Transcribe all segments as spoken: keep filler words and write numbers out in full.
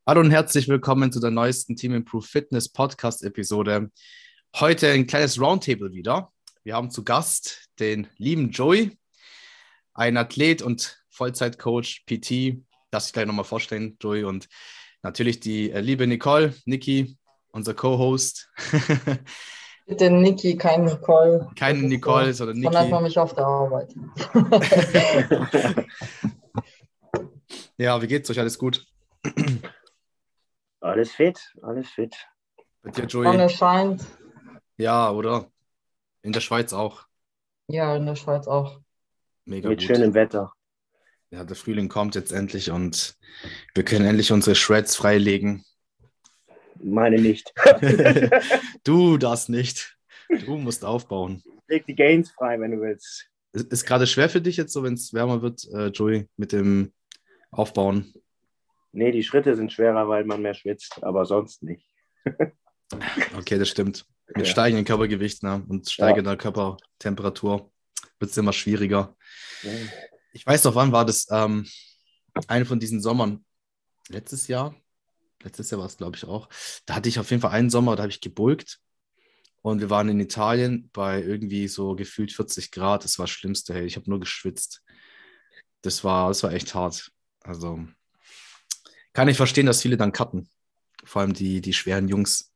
Hallo und herzlich willkommen zu der neuesten Team Improve Fitness Podcast Episode. Heute ein kleines Roundtable wieder. Wir haben zu Gast den lieben Joey, ein Athlet und Vollzeitcoach, P T. Darf ich gleich nochmal vorstellen, Joey. Und natürlich die äh, liebe Nicole, Niki, unser Co-Host. Bitte Niki, kein Nicole. Keine Das ist Nicole, so, sondern so nennt man Niki. mich auf der Arbeit. Ja, wie geht's euch? Alles gut? Alles fit, alles fit. Bei dir, Joey? Sonne scheint. Ja, oder? In der Schweiz auch. Ja, in der Schweiz auch. Mega Mit gut. schönem Wetter. Ja, der Frühling kommt jetzt endlich und wir können endlich unsere Shreds freilegen. Meine nicht. Du das nicht. Du musst aufbauen. Leg die Gains frei, wenn du willst. Ist, ist gerade schwer für dich jetzt so, wenn es wärmer wird, äh, Joey, mit dem Aufbauen? Nee, die Schritte sind schwerer, weil man mehr schwitzt, aber sonst nicht. Okay, das stimmt. Mit Ja. steigendem Körpergewicht, ne, und steigender Körpertemperatur wird es immer schwieriger. Ja. Ich weiß noch, wann war das? Ähm, eine von diesen Sommern. Letztes Jahr? Letztes Jahr war es, glaube ich, auch. Da hatte ich auf jeden Fall einen Sommer, da habe ich gebeugt. Und wir waren in Italien bei irgendwie so gefühlt vierzig Grad. Das war das Schlimmste, hey. Ich habe nur geschwitzt. Das war, das war echt hart. Also kann ich verstehen, dass viele dann cutten. Vor allem die, die schweren Jungs.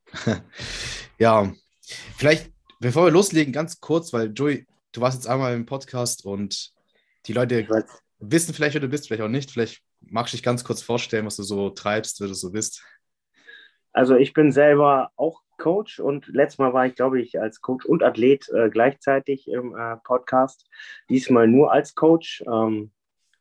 Ja, vielleicht, bevor wir loslegen, ganz kurz, weil Joey, du warst jetzt einmal im Podcast und die Leute Ich weiß, wissen vielleicht, wer du bist, vielleicht auch nicht. Vielleicht magst du dich ganz kurz vorstellen, was du so treibst, wer du so bist. also ich bin selber auch Coach und letztes Mal war ich, glaube ich, als Coach und Athlet äh, gleichzeitig im äh, Podcast. Diesmal nur als Coach. Ähm,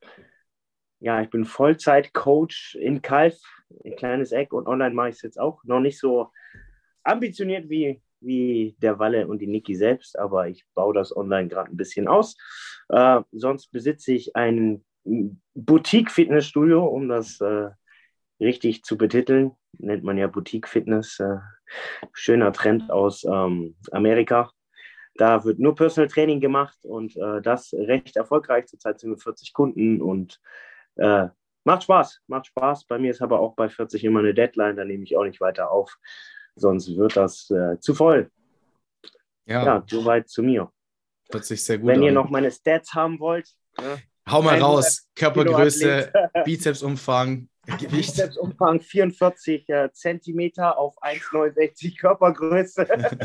ja, ich bin Vollzeit-Coach in Calw, ein kleines Eck, und online mache ich es jetzt auch. Noch nicht so ambitioniert wie, wie der Walle und die Niki selbst, aber ich baue das online gerade ein bisschen aus. Äh, sonst besitze ich ein Boutique-Fitnessstudio, um das äh, richtig zu betiteln. Nennt man ja Boutique-Fitness. Äh, schöner Trend aus ähm, Amerika. Da wird nur Personal Training gemacht und äh, das recht erfolgreich. Zurzeit sind wir vierzig Kunden und äh, macht Spaß. Macht Spaß. Bei mir ist aber auch bei vierzig immer eine Deadline, da nehme ich auch nicht weiter auf. Sonst wird das äh, zu voll. Ja, Ja, soweit zu mir. hört sich sehr gut Wenn ihr an. noch meine Stats haben wollt, ne? Hau mal hundert raus. Kilo Körpergröße, Athlet, Bizepsumfang, Gewicht. Bizepsumfang vierundvierzig äh, Zentimeter auf eins Komma neunundsechzig Körpergröße.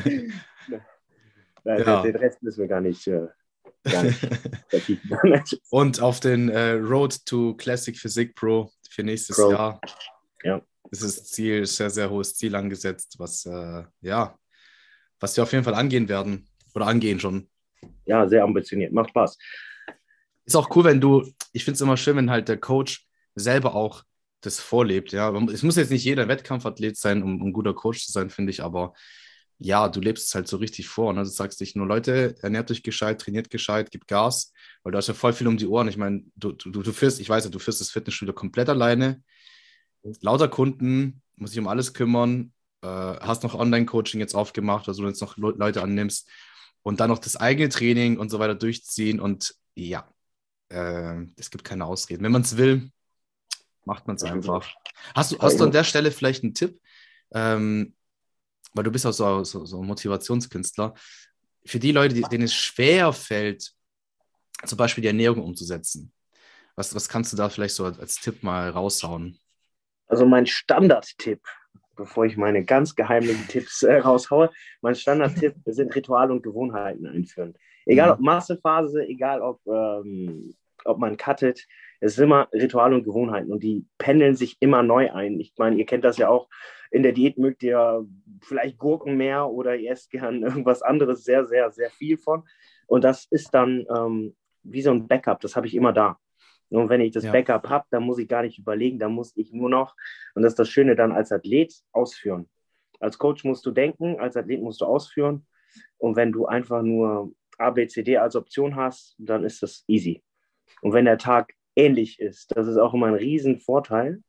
Nein, Ja. den, den Rest müssen wir gar nicht, äh, gar nicht vertiefen. Und auf den äh, Road to Classic Physik Pro für nächstes Pro. Jahr. Ja. Das ist das Ziel, sehr, sehr hohes Ziel angesetzt, was, äh, ja, was wir auf jeden Fall angehen werden. Oder angehen schon. Ja, sehr ambitioniert. Macht Spaß. Ist auch cool, wenn du, ich finde es immer schön, wenn halt der Coach selber auch das vorlebt. Ja, es muss jetzt nicht jeder Wettkampfathlet sein, um, um ein guter Coach zu sein, finde ich, aber ja, du lebst es halt so richtig vor. Ne? Du sagst nicht nur, Leute, ernährt euch gescheit, trainiert gescheit, gibt Gas, weil du hast ja voll viel um die Ohren. Ich meine, du, du, du führst, ich weiß ja, du führst das Fitnessstudio komplett alleine, lauter Kunden, musst dich um alles kümmern, äh, hast noch Online-Coaching jetzt aufgemacht, also du jetzt noch Le- Leute annimmst und dann noch das eigene Training und so weiter durchziehen und ja, äh, es gibt keine Ausreden. Wenn man es will, macht man es einfach. Hast du, hast du an der Stelle vielleicht einen Tipp? Ähm, weil du bist auch so, so, so ein Motivationskünstler. Für die Leute, die, denen es schwer fällt, zum Beispiel die Ernährung umzusetzen. Was, was kannst du da vielleicht so als, als Tipp mal raushauen? Also mein Standardtipp, bevor ich meine ganz geheimlichen Tipps äh, raushaue, mein Standardtipp sind Rituale und Gewohnheiten einführen. Egal Mhm. ob Massephase, egal ob, ähm, ob man cuttet, es sind immer Rituale und Gewohnheiten und die pendeln sich immer neu ein. Ich meine, ihr kennt das ja auch, in der Diät mögt ihr vielleicht Gurken mehr oder ihr esst gern irgendwas anderes sehr, sehr, sehr viel von. Und das ist dann ähm, wie so ein Backup, das habe ich immer da. Und wenn ich das Ja. Backup habe, dann muss ich gar nicht überlegen, dann muss ich nur noch, und das ist das Schöne, dann als Athlet ausführen. Als Coach musst du denken, als Athlet musst du ausführen. Und wenn du einfach nur A, B, C, D als Option hast, dann ist das easy. Und wenn der Tag ähnlich ist, das ist auch immer ein Riesenvorteil,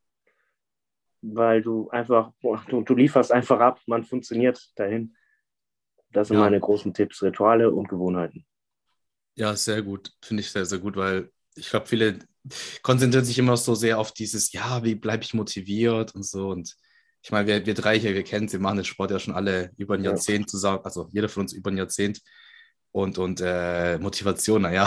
weil du einfach, boah, du, du lieferst einfach ab, man funktioniert dahin. Das sind Ja. meine großen Tipps, Rituale und Gewohnheiten. Ja, sehr gut. Finde ich sehr, sehr gut, weil ich glaube, viele konzentrieren sich immer so sehr auf dieses, ja, wie bleibe ich motiviert und so. Und ich meine, wir, wir drei hier, wir kennen es, wir machen den Sport ja schon alle über ein Ja. Jahrzehnt zusammen, also jeder von uns über ein Jahrzehnt. Und, und äh, Motivation, naja,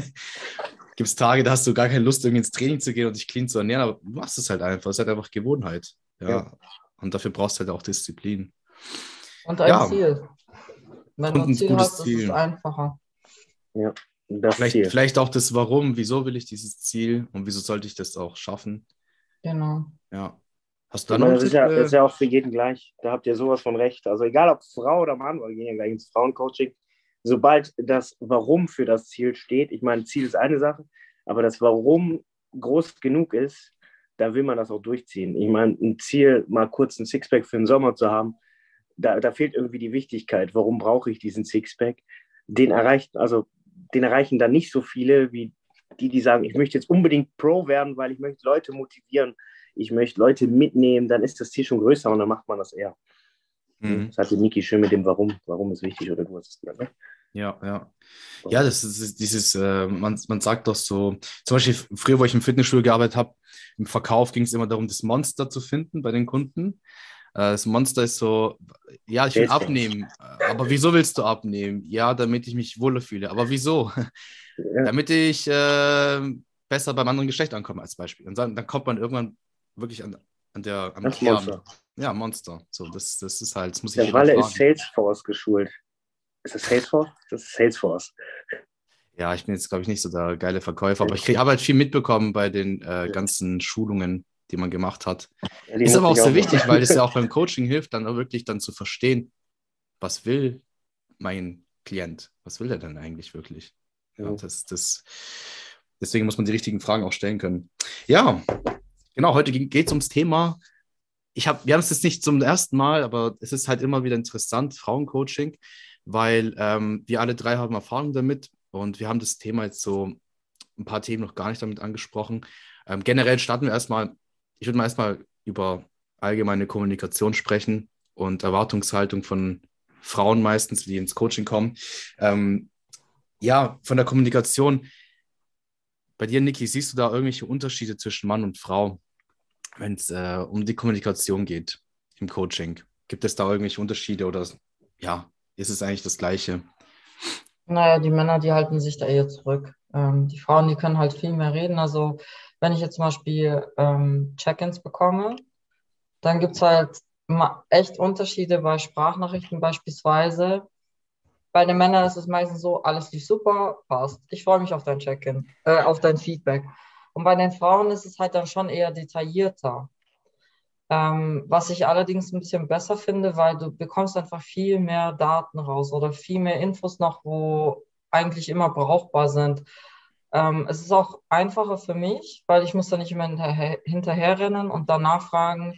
gibt es Tage, da hast du gar keine Lust, irgendwie ins Training zu gehen und dich clean zu ernähren, aber du machst es halt einfach. Es ist halt einfach Gewohnheit. Ja. Ja. Und dafür brauchst du halt auch Disziplin. Und ein Ja, Ziel. Wenn du und ein ein Ziel gutes hast, ist es Ziel. einfacher. Ja, das Vielleicht, Ziel. vielleicht auch das Warum, wieso will ich dieses Ziel und wieso sollte ich das auch schaffen? Genau. Ja. Hast du Ich da noch meine, einen das ist Tipp? ja, das ist Äh? ja auch für jeden gleich. Da habt ihr sowas von recht. Also egal ob Frau oder Mann, weil wir gehen ja gleich ins Frauencoaching, sobald das Warum für das Ziel steht, ich meine, Ziel ist eine Sache, aber das Warum groß genug ist, da will man das auch durchziehen. Ich meine, ein Ziel, mal kurz ein Sixpack für den Sommer zu haben, da, da fehlt irgendwie die Wichtigkeit. Warum brauche ich diesen Sixpack? Den erreicht, also den erreichen dann nicht so viele wie die, die sagen, ich möchte jetzt unbedingt Pro werden, weil ich möchte Leute motivieren, ich möchte Leute mitnehmen, dann ist das Ziel schon größer und dann macht man das eher. Mhm. Das hatte Niki schön mit dem Warum. Warum ist wichtig oder du hast es genannt, ne? Ja, ja. Ja, das ist, ist dieses, äh, man, man sagt doch so, zum Beispiel früher, wo ich im Fitnessstudio gearbeitet habe, im Verkauf ging es immer darum, das Monster zu finden bei den Kunden. Äh, das Monster ist so, ja, ich will Salesforce. abnehmen, äh, aber wieso willst du abnehmen? Ja, damit ich mich wohler fühle. Aber wieso? Ja, Damit ich äh, besser beim anderen Geschlecht ankomme, als Beispiel. Und dann, dann kommt man irgendwann wirklich an, an der, am das Kern. Monster. Ja, Monster. So, das, das ist halt, das muss sich Der jeder Walle ist fragen. Salesforce geschult. Ist das Salesforce? Das ist Salesforce. Ja, ich bin jetzt, glaube ich, nicht so der geile Verkäufer, aber ich kriege Arbeit viel mitbekommen bei den äh, Ja. ganzen Schulungen, die man gemacht hat. Ja, die Ist aber musste auch ich sehr auch wichtig, machen. weil das ja auch beim Coaching hilft, dann auch wirklich dann zu verstehen, was will mein Klient? Was will er denn eigentlich wirklich? Ja, Mhm. das, das, deswegen muss man die richtigen Fragen auch stellen können. Ja, genau, heute geht es ums Thema. Ich hab, wir haben es jetzt nicht zum ersten Mal, aber es ist halt immer wieder interessant, Frauencoaching, weil ähm, wir alle drei haben Erfahrung damit und wir haben das Thema jetzt so ein paar Themen noch gar nicht damit angesprochen. Ähm, generell starten wir erstmal, ich würde mal erstmal über allgemeine Kommunikation sprechen und Erwartungshaltung von Frauen meistens, die ins Coaching kommen. Ähm, ja, von der Kommunikation. Bei dir, Niki, siehst du da irgendwelche Unterschiede zwischen Mann und Frau, wenn es äh, um die Kommunikation geht im Coaching? Gibt es da irgendwelche Unterschiede oder ja, ist es eigentlich das Gleiche? Naja, die Männer, die halten sich da eher zurück. Ähm, die Frauen, die können halt viel mehr reden. Also wenn ich jetzt zum Beispiel ähm, Check-ins bekomme, dann gibt es halt ma- echt Unterschiede bei Sprachnachrichten beispielsweise. Bei den Männern ist es meistens so, alles lief super, passt. Ich freue mich auf dein Check-in, äh, auf dein Feedback. Und bei den Frauen ist es halt dann schon eher detaillierter. Ähm, was ich allerdings ein bisschen besser finde, weil du bekommst einfach viel mehr Daten raus oder viel mehr Infos noch, wo eigentlich immer brauchbar sind. Ähm, es ist auch einfacher für mich, weil ich muss da nicht immer hinterher, hinterherrennen und danach fragen,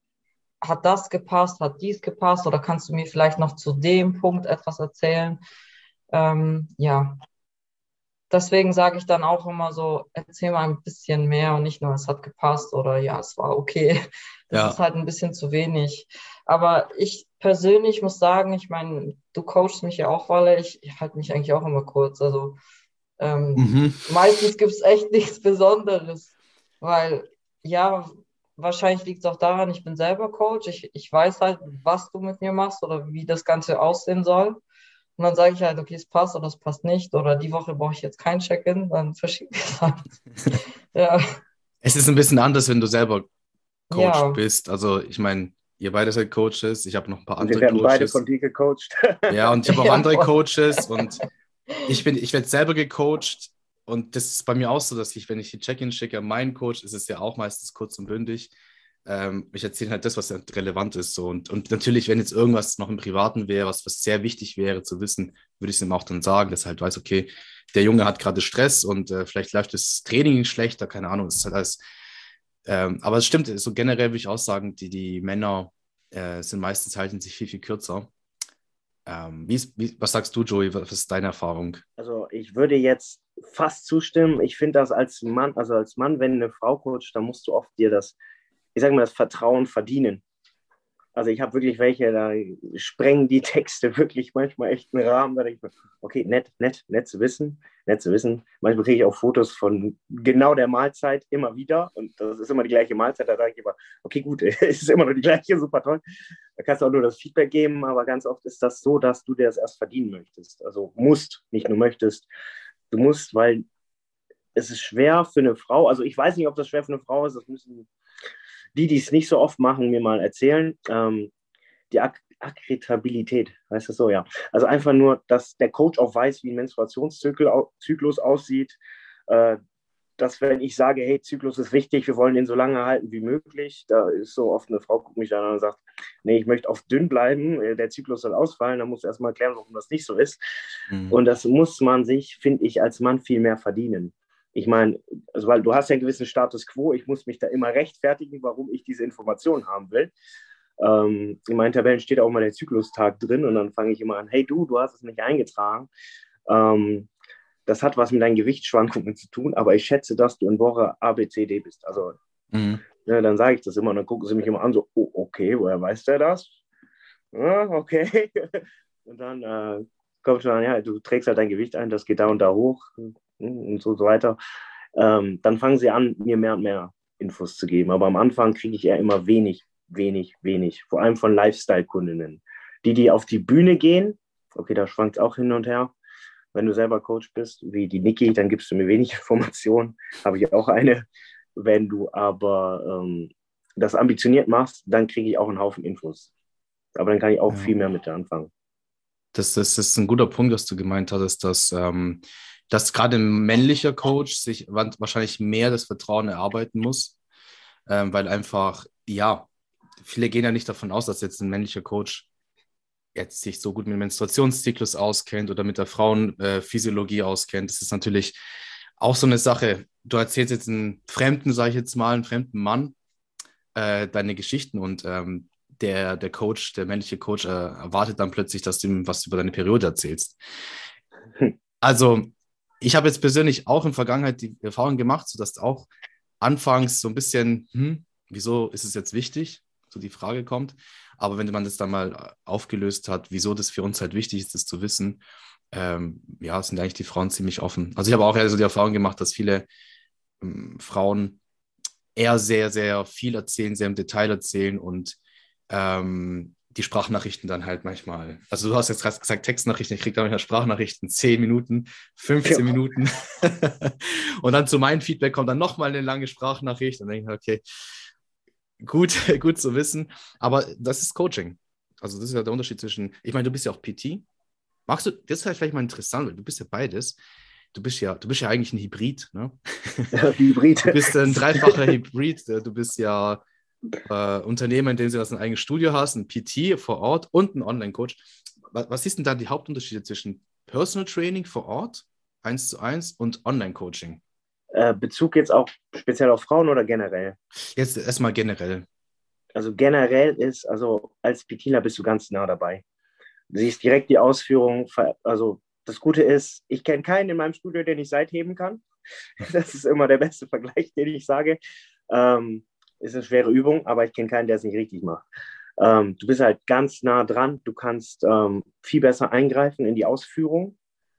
hat das gepasst, hat dies gepasst oder kannst du mir vielleicht noch zu dem Punkt etwas erzählen? Ähm, ja, deswegen sage ich dann auch immer so, erzähl mal ein bisschen mehr und nicht nur, es hat gepasst oder ja, es war okay. Das ist Ja. halt ein bisschen zu wenig. Aber ich persönlich muss sagen, ich meine, du coachst mich ja auch, Walle, ich, ich halte mich eigentlich auch immer kurz. Also ähm, Mhm. meistens gibt es echt nichts Besonderes, weil ja, wahrscheinlich liegt es auch daran, ich bin selber Coach, ich, ich weiß halt, was du mit mir machst oder wie das Ganze aussehen soll. Und dann sage ich halt, okay, es passt oder es passt nicht. Oder die Woche brauche ich jetzt kein Check-in, dann verschiebe ich es halt. Ja, Es ist ein bisschen anders, wenn du selber Coach ja, bist. Also ich meine, ihr beide seid Coaches, ich habe noch ein paar Und wir andere werden beide von Coaches. dir gecoacht. Ja, und ich habe auch ja, andere voll. Coaches und ich bin, ich werde selber gecoacht und das ist bei mir auch so, dass ich, wenn ich die Check-in schicke, mein Coach ist es ja auch meistens kurz und bündig. Ähm, ich erzähle halt das, was halt relevant ist. So. Und, und natürlich, wenn jetzt irgendwas noch im Privaten wäre, was, was sehr wichtig wäre zu wissen, würde ich es ihm auch dann sagen, dass er halt weiß, okay, der Junge hat gerade Stress und äh, vielleicht läuft das Training schlechter, keine Ahnung, das ist halt alles. Ähm, aber es stimmt, so generell würde ich auch sagen, die, die Männer äh, sind meistens halten sich viel, viel kürzer. Ähm, wie ist, wie, was sagst du, Joey? Was ist deine Erfahrung? Also ich würde jetzt fast zustimmen. Ich finde das als Mann, also als Mann, wenn eine Frau coacht, dann musst du oft dir das, ich sage mal, das Vertrauen verdienen. Also ich habe wirklich welche, da sprengen die Texte wirklich manchmal echt einen Rahmen. Da denke ich mir, okay, nett, nett, nett zu wissen, nett zu wissen. Manchmal kriege ich auch Fotos von genau der Mahlzeit immer wieder und das ist immer die gleiche Mahlzeit. Da sage ich immer, okay, gut, es ist immer noch die gleiche, super toll. Da kannst du auch nur das Feedback geben, aber ganz oft ist das so, dass du dir das erst verdienen möchtest. Also musst, nicht nur möchtest. Du musst, weil es ist schwer für eine Frau, also ich weiß nicht, ob das schwer für eine Frau ist, das müssen die, die es nicht so oft machen, mir mal erzählen. Ähm, die Ak Akkreditabilität, heißt das so, ja. Also einfach nur, dass der Coach auch weiß, wie ein Menstruationszyklus aussieht, äh, dass wenn ich sage, hey, Zyklus ist wichtig, wir wollen den so lange halten wie möglich, da ist so oft eine Frau, guckt mich an und sagt, nee, ich möchte auf dünn bleiben, der Zyklus soll ausfallen, dann muss erstmal erklären, warum das nicht so ist. Mhm. Und das muss man sich, finde ich, als Mann viel mehr verdienen. Ich meine, also, weil du hast ja einen gewissen Status quo, ich muss mich da immer rechtfertigen, warum ich diese Information haben will. Ähm, in meinen Tabellen steht auch mal der Zyklustag drin und dann fange ich immer an, hey du, du hast es nicht eingetragen. Ähm, das hat was mit deinen Gewichtsschwankungen zu tun, aber ich schätze, dass du in Woche A, B, C, D bist. Also, mhm. ne, dann sage ich das immer und dann gucken sie mich immer an, so, oh, okay, woher weiß der das? Ja, okay. Und dann äh, kommt schon an, ja, du trägst halt dein Gewicht ein, das geht da und da hoch und so weiter. Ähm, dann fangen sie an, mir mehr und mehr Infos zu geben. Aber am Anfang kriege ich eher immer wenig, wenig, wenig. Vor allem von Lifestyle-Kundinnen. Die, die auf die Bühne gehen, okay, da schwankt es auch hin und her. Wenn du selber Coach bist, wie die Niki, dann gibst du mir wenig Informationen. Habe ich auch eine. Wenn du aber ähm, das ambitioniert machst, dann kriege ich auch einen Haufen Infos. Aber dann kann ich auch ja. viel mehr mit dir anfangen. Das, das, das ist ein guter Punkt, was du gemeint hattest, dass, ähm, dass gerade ein männlicher Coach sich wahrscheinlich mehr das Vertrauen erarbeiten muss, ähm, weil einfach, ja, viele gehen ja nicht davon aus, dass jetzt ein männlicher Coach jetzt sich so gut mit dem Menstruationszyklus auskennt oder mit der Frauenphysiologie äh, auskennt. Das ist natürlich auch so eine Sache. Du erzählst jetzt einen Fremden, sage ich jetzt mal, einen fremden Mann, äh, deine Geschichten und ähm, der, der Coach, der männliche Coach äh, erwartet dann plötzlich, dass du ihm was über deine Periode erzählst. Also ich habe jetzt persönlich auch in der Vergangenheit die Erfahrung gemacht, sodass auch anfangs so ein bisschen, hm, wieso ist es jetzt wichtig, so die Frage kommt. Aber wenn man das dann mal aufgelöst hat, wieso das für uns halt wichtig ist, das zu wissen, ähm, ja, sind eigentlich die Frauen ziemlich offen. Also ich habe auch eher so die Erfahrung gemacht, dass viele ähm, Frauen eher sehr, sehr viel erzählen, sehr im Detail erzählen und ähm, die Sprachnachrichten dann halt manchmal, also du hast jetzt gerade gesagt Textnachrichten, ich kriege da manchmal Sprachnachrichten, zehn Minuten, fünfzehn ja. Minuten und dann zu meinem Feedback kommt dann nochmal eine lange Sprachnachricht und dann denke ich, okay, gut, gut zu wissen, aber das ist Coaching, also das ist ja der Unterschied zwischen, ich meine, du bist ja auch P T, magst du, das ist halt vielleicht mal interessant, weil du bist ja beides, du bist ja, du bist ja eigentlich ein Hybrid, ne? Ja, Hybrid. Du bist ein dreifacher Hybrid, du bist ja Äh, Unternehmer, in dem du ein eigenes Studio hast, ein P T vor Ort und ein Online-Coach. Was, was ist denn da die Hauptunterschiede zwischen Personal Training vor Ort, eins zu eins und Online-Coaching? Äh, Bezug jetzt auch speziell auf Frauen oder generell? Jetzt erstmal generell. Also generell ist, also als PTler bist du ganz nah dabei. Du siehst direkt die Ausführung, also das Gute ist, ich kenne keinen in meinem Studio, den ich seitheben kann. Das ist immer der beste Vergleich, den ich sage. Ähm, Ist eine schwere Übung, aber ich kenne keinen, der es nicht richtig macht. Ähm, du bist halt ganz nah dran, du kannst ähm, viel besser eingreifen in die Ausführung.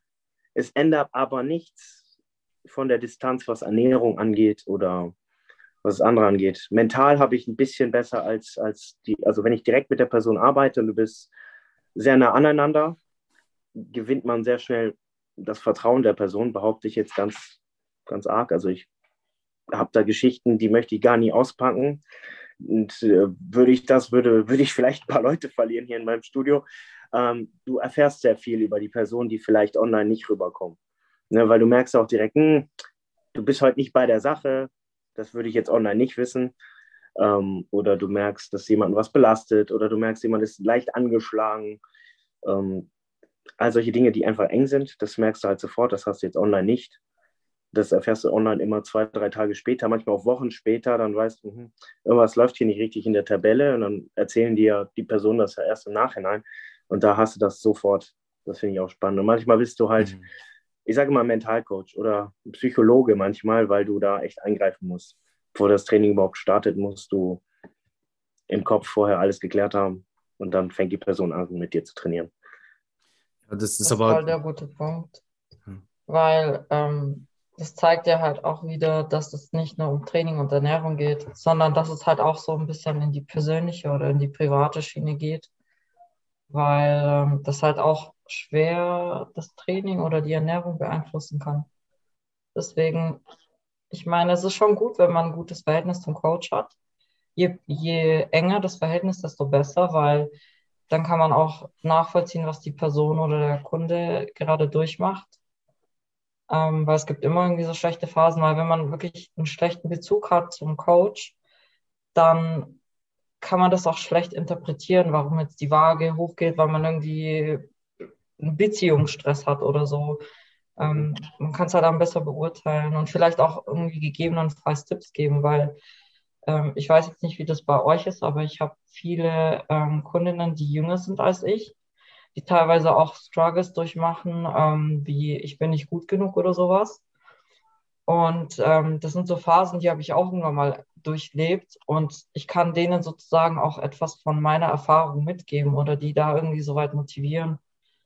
Es ändert aber nichts von der Distanz, was Ernährung angeht oder was das andere angeht. Mental habe ich ein bisschen besser als, als die, also wenn ich direkt mit der Person arbeite und du bist sehr nah aneinander, gewinnt man sehr schnell das Vertrauen der Person, behaupte ich jetzt ganz, ganz arg. Also ich habe da Geschichten, die möchte ich gar nie auspacken. Und äh, würde ich das, würde, würde ich vielleicht ein paar Leute verlieren hier in meinem Studio. Ähm, du erfährst sehr viel über die Person, die vielleicht online nicht rüberkommen. Ne, weil du merkst auch direkt, hm, du bist heute nicht bei der Sache, das würde ich jetzt online nicht wissen. Ähm, oder du merkst, dass jemand was belastet oder du merkst, jemand ist leicht angeschlagen. Ähm, all solche Dinge, die einfach eng sind, das merkst du halt sofort, das hast du jetzt online nicht. Das erfährst du online immer zwei, drei Tage später, manchmal auch Wochen später. Dann weißt du, hm, irgendwas läuft hier nicht richtig in der Tabelle. Und dann erzählen dir die Personen das ja erst im Nachhinein. Und da hast du das sofort. Das finde ich auch spannend. Und manchmal bist du halt, mhm. ich sage mal, Mentalcoach oder Psychologe manchmal, weil du da echt eingreifen musst. Bevor das Training überhaupt startet, musst du im Kopf vorher alles geklärt haben und dann fängt die Person an, mit dir zu trainieren. Ja, das ist Das ist aber. voll der gute Punkt, Hm. weil ähm, das zeigt ja halt auch wieder, dass es nicht nur um Training und Ernährung geht, sondern dass es halt auch so ein bisschen in die persönliche oder in die private Schiene geht, weil ähm, das halt auch schwer das Training oder die Ernährung beeinflussen kann. Deswegen, ich meine, es ist schon gut, wenn man ein gutes Verhältnis zum Coach hat. Je, je enger das Verhältnis, desto besser, weil dann kann man auch nachvollziehen, was die Person oder der Kunde gerade durchmacht. Ähm, weil es gibt immer irgendwie so schlechte Phasen, weil wenn man wirklich einen schlechten Bezug hat zum Coach, dann kann man das auch schlecht interpretieren, warum jetzt die Waage hochgeht, weil man irgendwie einen Beziehungsstress hat oder so. Ähm, man kann es halt dann besser beurteilen und vielleicht auch irgendwie gegebenenfalls Tipps geben, weil ähm, ich weiß jetzt nicht, wie das bei euch ist, aber ich habe viele ähm, Kundinnen, die jünger sind als ich, die teilweise auch Struggles durchmachen, ähm, wie ich bin nicht gut genug oder sowas. Und ähm, das sind so Phasen, die habe ich auch irgendwann mal durchlebt und ich kann denen sozusagen auch etwas von meiner Erfahrung mitgeben oder die da irgendwie so weit motivieren.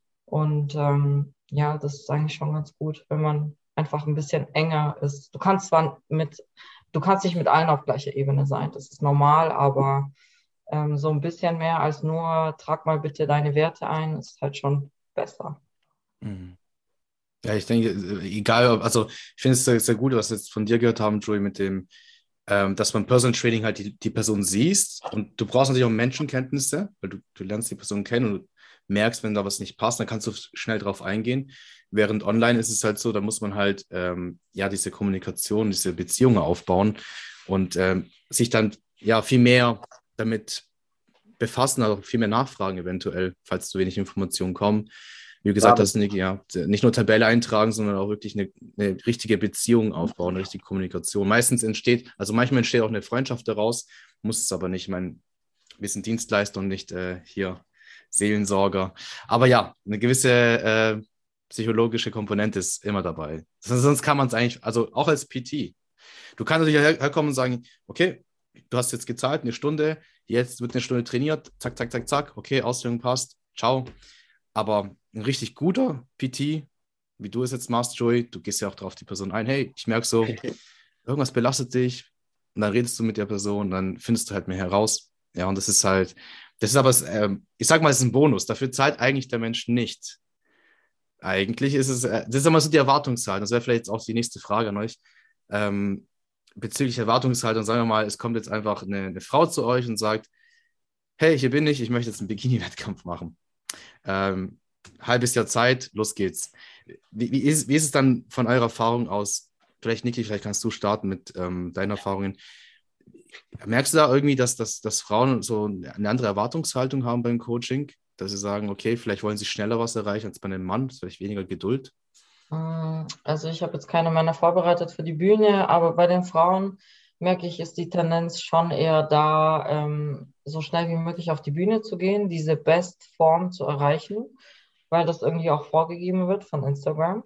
Und ähm, ja, das ist eigentlich schon ganz gut, wenn man einfach ein bisschen enger ist. Du kannst zwar mit, du kannst nicht mit allen auf gleicher Ebene sein, das ist normal, aber ähm, so ein bisschen mehr als nur, trag mal bitte deine Werte ein, ist halt schon besser. Mhm. Ja, ich denke, äh, egal, ob- also ich finde es sehr, sehr gut, was wir jetzt von dir gehört haben, Joey, mit dem, ähm, dass man Personal Training halt die, die Person siehst und du brauchst natürlich auch Menschenkenntnisse, weil du, du lernst die Person kennen und du merkst, wenn da was nicht passt, dann kannst du schnell drauf eingehen. Während online ist es halt so, da muss man halt ähm, ja diese Kommunikation, diese Beziehungen aufbauen und ähm, sich dann ja viel mehr damit befassen, also viel mehr nachfragen eventuell, falls zu wenig Informationen kommen. Wie du gesagt Gerade hast, Nick, ja, nicht nur Tabelle eintragen, sondern auch wirklich eine, eine richtige Beziehung aufbauen, eine richtige Kommunikation. Meistens entsteht, also manchmal entsteht auch eine Freundschaft daraus, muss es aber nicht. Ich meine, wir sind Dienstleister und nicht äh, hier Seelensorger. Aber ja, eine gewisse äh, psychologische Komponente ist immer dabei. Sonst kann man es eigentlich, also auch als P T. Du kannst natürlich her herkommen und sagen, okay, du hast jetzt gezahlt, eine Stunde, jetzt wird eine Stunde trainiert, zack, zack, zack, zack, okay, Ausführung passt, ciao. Aber ein richtig guter P T, wie du es jetzt machst, Joey, du gehst ja auch drauf die Person ein, hey, ich merke so, irgendwas belastet dich und dann redest du mit der Person und dann findest du halt mehr heraus. Ja, und das ist halt, das ist aber, ähm, ich sag mal, es ist ein Bonus. Dafür zahlt eigentlich der Mensch nicht. Eigentlich ist es, äh, das ist immer so die Erwartungshaltung. Das wäre vielleicht jetzt auch die nächste Frage an euch. Ähm, bezüglich Erwartungshaltung, sagen wir mal, es kommt jetzt einfach eine, eine Frau zu euch und sagt, hey, hier bin ich, ich möchte jetzt einen Bikini-Wettkampf machen. Ähm, halbes Jahr Zeit, los geht's. Wie, wie, ist, wie ist es dann von eurer Erfahrung aus? Vielleicht, Niki, vielleicht kannst du starten mit ähm, deinen Erfahrungen. Merkst du da irgendwie, dass, dass, dass Frauen so eine andere Erwartungshaltung haben beim Coaching? Dass sie sagen, okay, vielleicht wollen sie schneller was erreichen als bei einem Mann, vielleicht weniger Geduld? Mm, Also ich habe jetzt keine Männer vorbereitet für die Bühne, aber bei den Frauen merke ich, ist die Tendenz schon eher da, ähm, so schnell wie möglich auf die Bühne zu gehen, diese Bestform zu erreichen, weil das irgendwie auch vorgegeben wird von Instagram,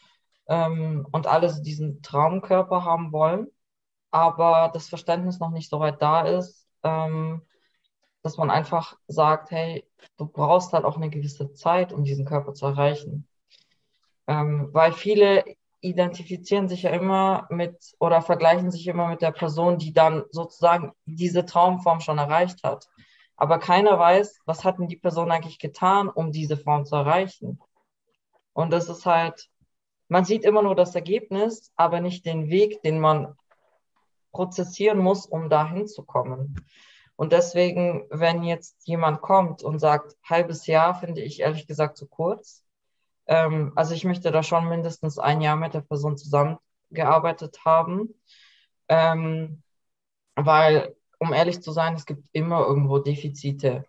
ähm, und alle so diesen Traumkörper haben wollen, aber das Verständnis noch nicht so weit da ist, ähm, dass man einfach sagt, hey, du brauchst halt auch eine gewisse Zeit, um diesen Körper zu erreichen. Ähm, weil viele identifizieren sich ja immer mit oder vergleichen sich immer mit der Person, die dann sozusagen diese Traumform schon erreicht hat. Aber keiner weiß, was hat denn die Person eigentlich getan, um diese Form zu erreichen. Und das ist halt, man sieht immer nur das Ergebnis, aber nicht den Weg, den man prozessieren muss, um da hinzukommen. Und deswegen, wenn jetzt jemand kommt und sagt, halbes Jahr, finde ich ehrlich gesagt zu kurz. Ähm, also ich möchte da schon mindestens ein Jahr mit der Person zusammengearbeitet haben, ähm, weil, um ehrlich zu sein, es gibt immer irgendwo Defizite.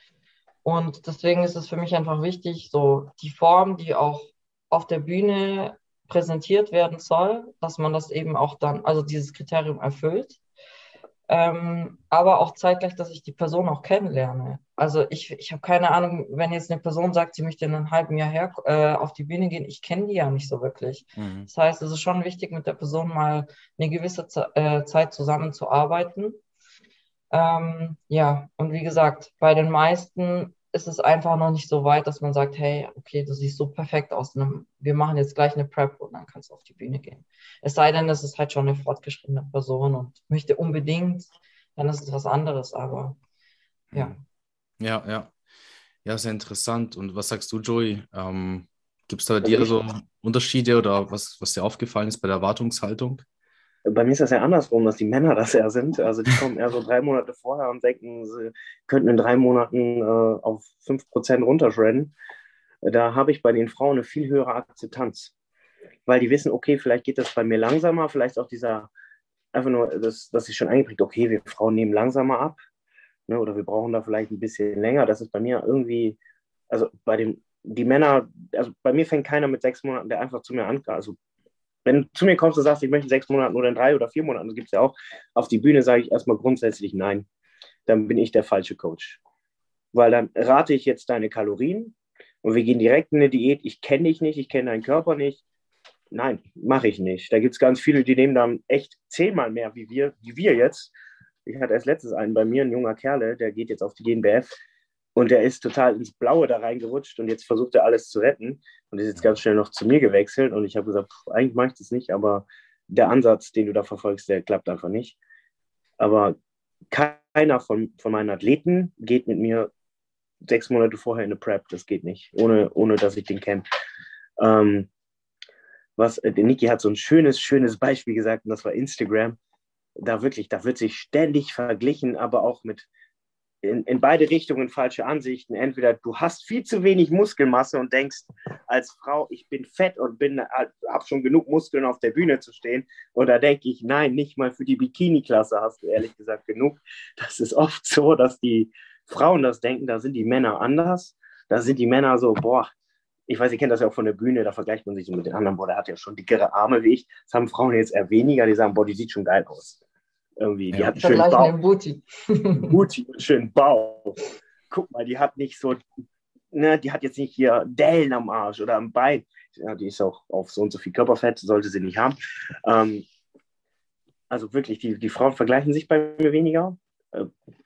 Und deswegen ist es für mich einfach wichtig, so die Form, die auch auf der Bühne präsentiert werden soll, dass man das eben auch dann, also dieses Kriterium erfüllt. Ähm, aber auch zeitgleich, dass ich die Person auch kennenlerne. Also ich, ich habe keine Ahnung, wenn jetzt eine Person sagt, sie möchte in einem halben Jahr her, äh, auf die Bühne gehen, ich kenne die ja nicht so wirklich. Mhm. Das heißt, es ist schon wichtig, mit der Person mal eine gewisse Ze äh, Zeit zusammenzuarbeiten. Ähm, ja, und wie gesagt, bei den meisten ist es einfach noch nicht so weit, dass man sagt, hey, okay, du siehst so perfekt aus, ne? Wir machen jetzt gleich eine Prep und dann kannst du auf die Bühne gehen. Es sei denn, es ist halt schon eine fortgeschrittene Person und möchte unbedingt, dann ist es was anderes, aber ja. Hm. Ja, ja. Ja, sehr interessant. Und was sagst du, Joey? Ähm, gibt es da bei Also dir ich, so Unterschiede oder was, was dir aufgefallen ist bei der Erwartungshaltung? bei mir ist das ja andersrum, dass die Männer das eher sind. Also die kommen eher so drei Monate vorher und denken, sie könnten in drei Monaten äh, auf fünf Prozent runtershredden. Da habe ich bei den Frauen eine viel höhere Akzeptanz, weil die wissen, okay, vielleicht geht das bei mir langsamer, vielleicht auch dieser, einfach nur, das, das ist schon eingeprägt, okay, wir Frauen nehmen langsamer ab, ne, oder wir brauchen da vielleicht ein bisschen länger. Das ist bei mir irgendwie, also bei den, die Männer, also bei mir fängt keiner mit sechs Monaten, der einfach zu mir an, also wenn du zu mir kommst und sagst, ich möchte in sechs Monaten oder in drei oder vier Monaten, das gibt es ja auch, auf die Bühne sage ich erstmal grundsätzlich nein. Dann bin ich der falsche Coach. Weil dann rate ich jetzt deine Kalorien und wir gehen direkt in eine Diät. Ich kenne dich nicht, ich kenne deinen Körper nicht. Nein, mache ich nicht. Da gibt es ganz viele, die nehmen dann echt zehnmal mehr wie wir, wie wir jetzt. Ich hatte erst letztens einen bei mir, ein junger Kerl, der geht jetzt auf die G N B F und der ist total ins Blaue da reingerutscht und jetzt versucht er alles zu retten und ist jetzt ganz schnell noch zu mir gewechselt und ich habe gesagt, pff, eigentlich mache ich das nicht, aber der Ansatz, den du da verfolgst, der klappt einfach nicht. Aber keiner von, von meinen Athleten geht mit mir sechs Monate vorher in eine Prep, das geht nicht, ohne, ohne dass ich den kenne. Ähm, was, der Niki hat so ein schönes, schönes Beispiel gesagt und das war Instagram. Da wirklich, da wird sich ständig verglichen, aber auch mit in, in beide Richtungen falsche Ansichten. Entweder du hast viel zu wenig Muskelmasse und denkst als Frau, ich bin fett und bin, habe schon genug Muskeln auf der Bühne zu stehen. Oder denke ich, nein, nicht mal für die Bikini-Klasse hast du ehrlich gesagt genug. Das ist oft so, dass die Frauen das denken, da sind die Männer anders. Da sind die Männer so, boah, ich weiß, ihr kennt das ja auch von der Bühne, da vergleicht man sich so mit den anderen, boah, der hat ja schon dickere Arme wie ich. Das haben Frauen jetzt eher weniger, die sagen, boah, die sieht schon geil aus. Irgendwie, die Ja. hat einen schönen Vergleichen Bauch. den Booty. Booty, einen schönen Bauch. Guck mal, die hat nicht so, ne, die hat jetzt nicht hier Dellen am Arsch oder am Bein. Ja, die ist auch auf so und so viel Körperfett, sollte sie nicht haben. Ähm, also wirklich, die, die Frauen vergleichen sich bei mir weniger. Äh,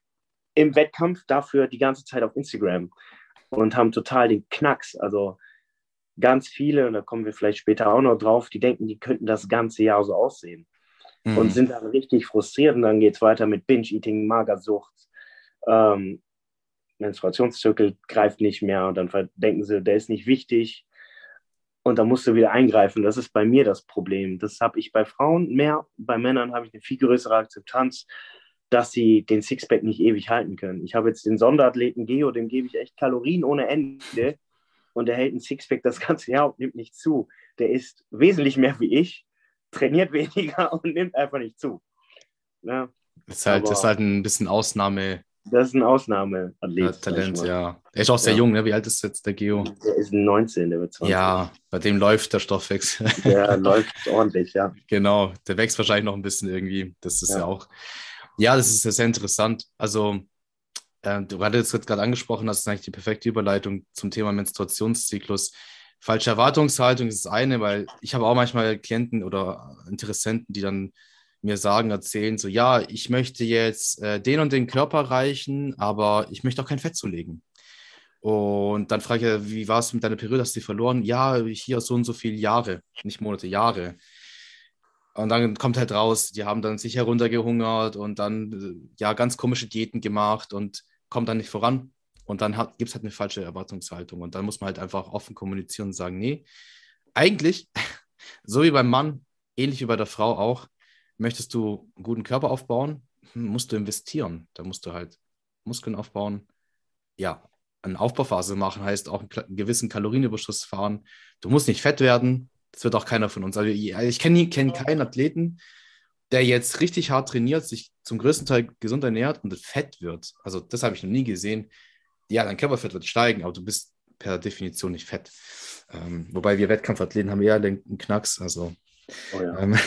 Im Wettkampf dafür die ganze Zeit auf Instagram und haben total den Knacks. Also ganz viele, und da kommen wir vielleicht später auch noch drauf, die denken, die könnten das ganze Jahr so aussehen. Mhm. Und sind dann richtig frustriert und dann geht es weiter mit Binge-Eating, Magersucht, ähm, Menstruationszirkel greift nicht mehr und dann denken sie, der ist nicht wichtig und dann musst du wieder eingreifen. Das ist bei mir das Problem. Das habe ich bei Frauen mehr, bei Männern habe ich eine viel größere Akzeptanz, dass sie den Sixpack nicht ewig halten können. Ich habe jetzt den Sonderathleten Geo, dem gebe ich echt Kalorien ohne Ende und der hält ein Sixpack das ganze Jahr und nimmt nicht zu. Der isst wesentlich mehr wie ich, trainiert weniger und nimmt einfach nicht zu. Ja, das, ist halt, das ist halt ein bisschen Ausnahme. Das ist ein Ausnahmeathlet. Ja, Talent, ja. Er ist auch sehr ja. jung, ne? Wie alt ist jetzt der Geo? Der ist neunzehn, der wird zwanzig. Ja, bei dem läuft der Stoffwechsel. Der läuft ordentlich, ja. Genau, der wächst wahrscheinlich noch ein bisschen irgendwie. Das ist ja, ja auch, ja, das ist sehr interessant. Also, äh, du hattest jetzt gerade angesprochen, das ist eigentlich die perfekte Überleitung zum Thema Menstruationszyklus. Falsche Erwartungshaltung ist das eine, weil ich habe auch manchmal Klienten oder Interessenten, die dann mir sagen, erzählen, so, ja, ich möchte jetzt äh, den und den Körper erreichen, aber ich möchte auch kein Fett zulegen. Und dann frage ich, wie war es mit deiner Periode, hast du die verloren? Ja, hier so und so viele Jahre, nicht Monate, Jahre. Und dann kommt halt raus, die haben dann sich heruntergehungert und dann, ja, ganz komische Diäten gemacht und kommen dann nicht voran. Und dann gibt es halt eine falsche Erwartungshaltung. Und dann muss man halt einfach offen kommunizieren und sagen, nee, eigentlich, so wie beim Mann, ähnlich wie bei der Frau auch, möchtest du einen guten Körper aufbauen, musst du investieren. Da musst du halt Muskeln aufbauen. Ja, eine Aufbauphase machen heißt auch einen gewissen Kalorienüberschuss fahren. Du musst nicht fett werden. Das wird auch keiner von uns. Also ich kenne kenn keinen Athleten, der jetzt richtig hart trainiert, sich zum größten Teil gesund ernährt und fett wird. Also das habe ich noch nie gesehen. Ja, dein Körperfett wird steigen, aber du bist per Definition nicht fett. Ähm, wobei wir Wettkampfathleten haben eher den Knacks. Also oh ja. Ähm,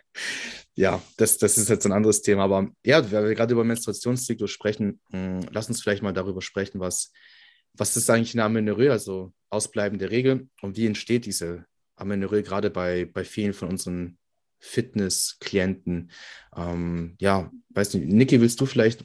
ja, das, das ist jetzt ein anderes Thema. Aber ja, weil wir gerade über Menstruationszyklus sprechen, mh, lass uns vielleicht mal darüber sprechen, was, was ist eigentlich eine Amenorrhoe, also ausbleibende Regel, und wie entsteht diese Amenorrhoe gerade bei, bei vielen von unseren Fitness-Klienten. Ähm, ja, weiß nicht, Niki, willst du vielleicht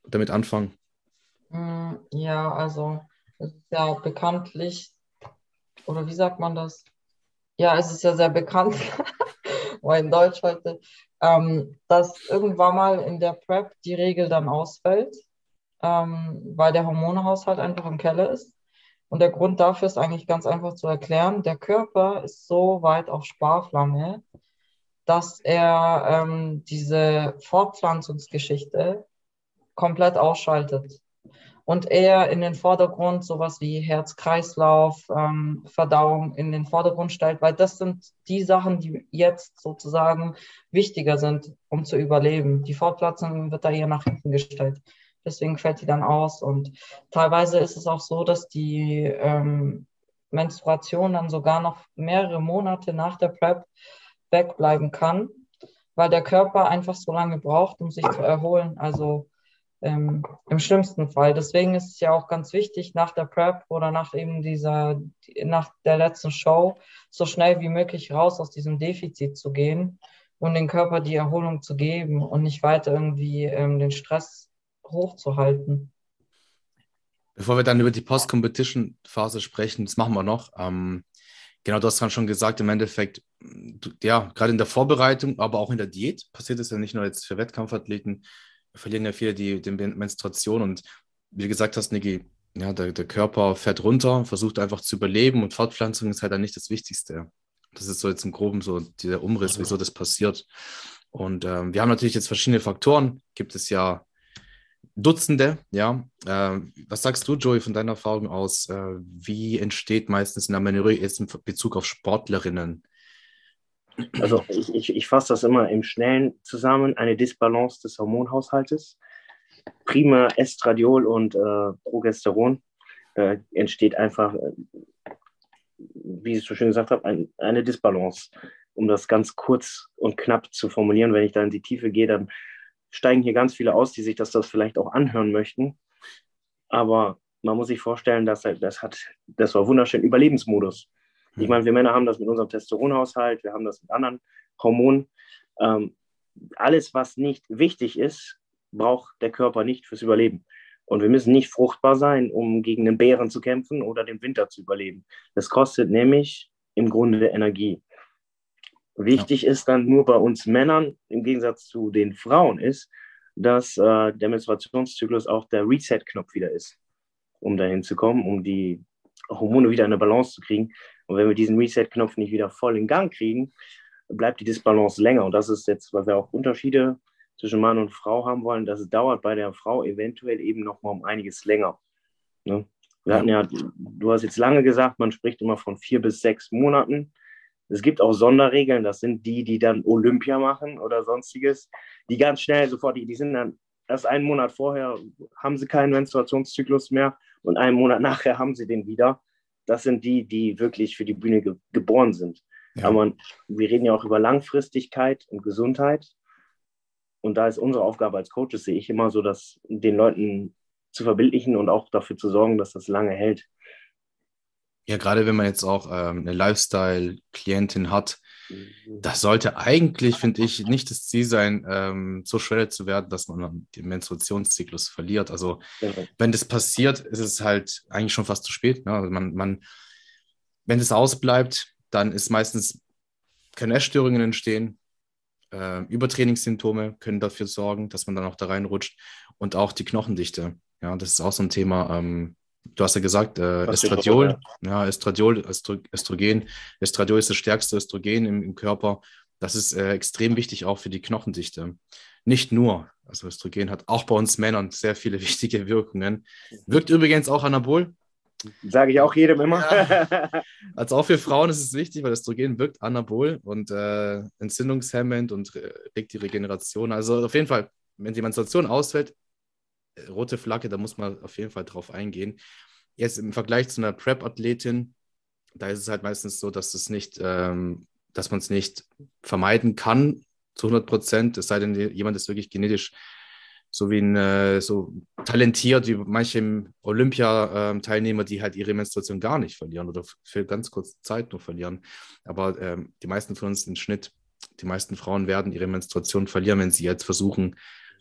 damit anfangen? Mm, Ja, also es ist ja bekanntlich, oder wie sagt man das? Ja, es ist ja sehr bekannt, weil in Deutsch heute, ähm, dass irgendwann mal in der Prep die Regel dann ausfällt, ähm, weil der Hormonhaushalt einfach im Keller ist. Und der Grund dafür ist eigentlich ganz einfach zu erklären. Der Körper ist so weit auf Sparflamme, dass er ähm, diese Fortpflanzungsgeschichte komplett ausschaltet und eher in den Vordergrund sowas wie Herz-Kreislauf, ähm, Verdauung in den Vordergrund stellt, weil das sind die Sachen, die jetzt sozusagen wichtiger sind, um zu überleben. Die Fortpflanzung wird da eher nach hinten gestellt. Deswegen fällt die dann aus. Und teilweise ist es auch so, dass die ähm, Menstruation dann sogar noch mehrere Monate nach der Prep wegbleiben kann, weil der Körper einfach so lange braucht, um sich zu erholen. Also ähm, im schlimmsten Fall. Deswegen ist es ja auch ganz wichtig, nach der Prep oder nach eben dieser, nach der letzten Show, so schnell wie möglich raus aus diesem Defizit zu gehen und den Körper die Erholung zu geben und nicht weiter irgendwie ähm, den Stress hochzuhalten. Bevor wir dann über die Post-Competition-Phase sprechen, das machen wir noch. Ähm, genau, du hast dann schon gesagt, im Endeffekt, du, ja, gerade in der Vorbereitung, aber auch in der Diät passiert es ja nicht nur jetzt für Wettkampfathleten, wir verlieren ja viele die, die Menstruation und wie du gesagt hast, Niki, ja, der, der Körper fährt runter, versucht einfach zu überleben und Fortpflanzung ist halt dann nicht das Wichtigste. Das ist so jetzt im Groben so der Umriss, wieso das passiert. Und ähm, wir haben natürlich jetzt verschiedene Faktoren, gibt es ja Dutzende, ja. Äh, was sagst du, Joey, von deiner Erfahrung aus? Äh, wie entsteht meistens eine Amenorrhoe jetzt in Bezug auf Sportlerinnen? Also ich, ich, ich fasse das immer im Schnellen zusammen. Eine Disbalance des Hormonhaushaltes. Prima Estradiol und äh, Progesteron äh, entsteht einfach, äh, wie ich es so schön gesagt habe, ein, eine Disbalance. Um das ganz kurz und knapp zu formulieren, wenn ich da in die Tiefe gehe, dann steigen hier ganz viele aus, die sich das, das vielleicht auch anhören möchten. Aber man muss sich vorstellen, dass das hat, das war wunderschön Überlebensmodus. Ich meine, wir Männer haben das mit unserem Testosteronhaushalt, wir haben das mit anderen Hormonen. Ähm, alles, was nicht wichtig ist, braucht der Körper nicht fürs Überleben. Und wir müssen nicht fruchtbar sein, um gegen den Bären zu kämpfen oder den Winter zu überleben. Das kostet nämlich im Grunde Energie. Wichtig ja. ist dann nur bei uns Männern, im Gegensatz zu den Frauen, ist, dass äh, der Menstruationszyklus auch der Reset-Knopf wieder ist, um dahin zu kommen, um die Hormone wieder in eine Balance zu kriegen. Und wenn wir diesen Reset-Knopf nicht wieder voll in Gang kriegen, bleibt die Disbalance länger. Und das ist jetzt, weil wir auch Unterschiede zwischen Mann und Frau haben wollen, das dauert bei der Frau eventuell eben noch mal um einiges länger. Ne? Wir hatten ja, du hast jetzt lange gesagt, man spricht immer von vier bis sechs Monaten. Es gibt auch Sonderregeln, das sind die, die dann Olympia machen oder sonstiges, die ganz schnell sofort, die, die sind dann erst einen Monat vorher, haben sie keinen Menstruationszyklus mehr und einen Monat nachher haben sie den wieder. Das sind die, die wirklich für die Bühne ge- geboren sind. Ja. Aber man, wir reden ja auch über Langfristigkeit und Gesundheit. Und da ist unsere Aufgabe als Coaches, sehe ich immer so, dass den Leuten zu verbildlichen und auch dafür zu sorgen, dass das lange hält. Ja, gerade wenn man jetzt auch ähm, eine Lifestyle-Klientin hat, das sollte eigentlich, finde ich, nicht das Ziel sein, ähm, so schwer zu werden, dass man den Menstruationszyklus verliert. Also ja. wenn das passiert, ist es halt eigentlich schon fast zu spät. Ne? Also man, man, wenn das ausbleibt, dann ist meistens können Essstörungen entstehen. Äh, Übertrainingssymptome können dafür sorgen, dass man dann auch da reinrutscht. Und auch die Knochendichte. Ja, das ist auch so ein Thema. Ähm, Du hast ja gesagt, äh, Estradiol, ja. ja, Estradiol, Estro, Östrogen. Estradiol ist das stärkste Östrogen im, im Körper. Das ist äh, extrem wichtig auch für die Knochendichte. Nicht nur, also Östrogen hat auch bei uns Männern sehr viele wichtige Wirkungen. Wirkt übrigens auch anabol. Sage ich auch jedem immer. Ja. Also auch für Frauen ist es wichtig, weil Östrogen wirkt anabol und äh, entzündungshemmend und regt die Regeneration. Also auf jeden Fall, wenn die Menstruation ausfällt, rote Flagge, da muss man auf jeden Fall drauf eingehen. Jetzt im Vergleich zu einer Prep-Athletin, da ist es halt meistens so, dass es nicht, ähm, dass man es nicht vermeiden kann zu hundert Prozent, es sei denn, jemand ist wirklich genetisch so wie ein, äh, so talentiert wie manche Olympia-Teilnehmer, die halt ihre Menstruation gar nicht verlieren oder für ganz kurze Zeit nur verlieren. Aber ähm, die meisten von uns im Schnitt, die meisten Frauen werden ihre Menstruation verlieren, wenn sie jetzt versuchen,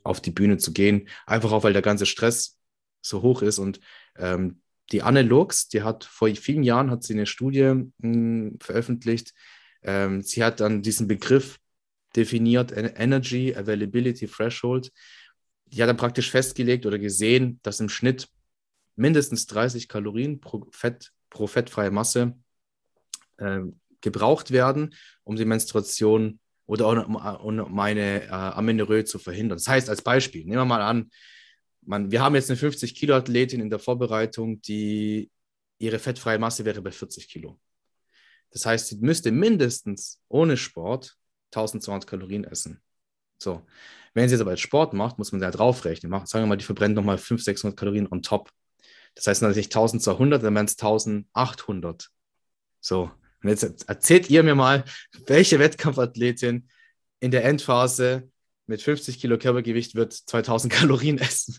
auf die Bühne zu gehen. Einfach auch, weil der ganze Stress so hoch ist. Und ähm, die Anne Lux, die hat vor vielen Jahren hat sie eine Studie mh, veröffentlicht. Ähm, sie hat dann diesen Begriff definiert, Energy Availability Threshold. Die hat dann praktisch festgelegt oder gesehen, dass im Schnitt mindestens dreißig Kalorien pro, Fett, pro fettfreie Masse äh, gebraucht werden, um die Menstruation oder um, um eine äh, Amenorrhoe zu verhindern. Das heißt, als Beispiel, nehmen wir mal an, man, wir haben jetzt eine fünfzig Kilo Athletin in der Vorbereitung, die ihre fettfreie Masse wäre bei vierzig Kilo. Das heißt, sie müsste mindestens ohne Sport eintausendzweihundert Kalorien essen. So. Wenn sie jetzt aber jetzt Sport macht, muss man da draufrechnen. Sagen wir mal, die verbrennt nochmal fünfhundert, sechshundert Kalorien on top. Das heißt natürlich eintausendzweihundert, dann wären es eintausendachthundert. So. Und jetzt erzählt ihr mir mal, welche Wettkampfathletin in der Endphase mit fünfzig Kilo Körpergewicht wird zweitausend Kalorien essen.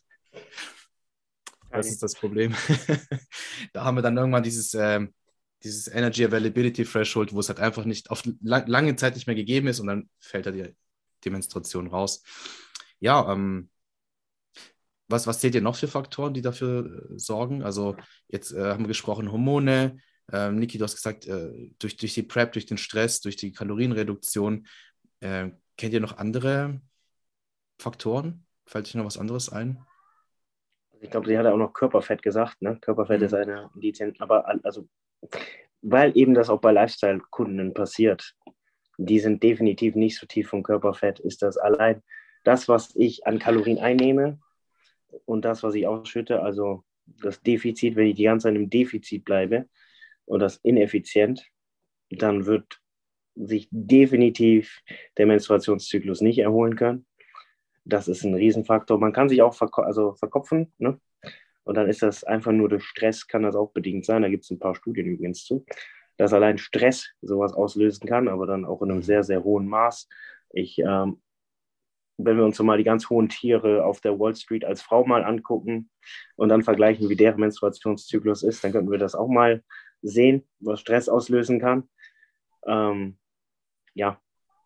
Das ist das Problem. Da haben wir dann irgendwann dieses, ähm, dieses Energy Availability Threshold, wo es halt einfach nicht auf lang, lange Zeit nicht mehr gegeben ist und dann fällt da die, die Menstruation raus. Ja, ähm, was, was seht ihr noch für Faktoren, die dafür äh, sorgen? Also jetzt äh, haben wir gesprochen, Hormone. Ähm, Niki, du hast gesagt, äh, durch, durch die Prep, durch den Stress, durch die Kalorienreduktion. Äh, kennt ihr noch andere Faktoren? Fällt euch noch was anderes ein? Ich glaube, sie hat ja auch noch Körperfett gesagt, ne? Körperfett Mhm. ist eine Indizien, aber also, weil eben das auch bei Lifestyle-Kunden passiert, die sind definitiv nicht so tief vom Körperfett, ist das allein das, was ich an Kalorien einnehme und das, was ich ausschütte, also das Defizit, wenn ich die ganze Zeit im Defizit bleibe und das ineffizient, dann wird sich definitiv der Menstruationszyklus nicht erholen können. Das ist ein Riesenfaktor. Man kann sich auch verko- also verkopfen, ne? Und dann ist das einfach nur durch Stress, kann das auch bedingt sein. Da gibt es ein paar Studien übrigens zu, dass allein Stress sowas auslösen kann, aber dann auch in einem sehr, sehr hohen Maß. Ich, ähm, wenn wir uns so mal die ganz hohen Tiere auf der Wall Street als Frau mal angucken und dann vergleichen, wie deren Menstruationszyklus ist, dann könnten wir das auch mal sehen, was Stress auslösen kann. Ähm, ja,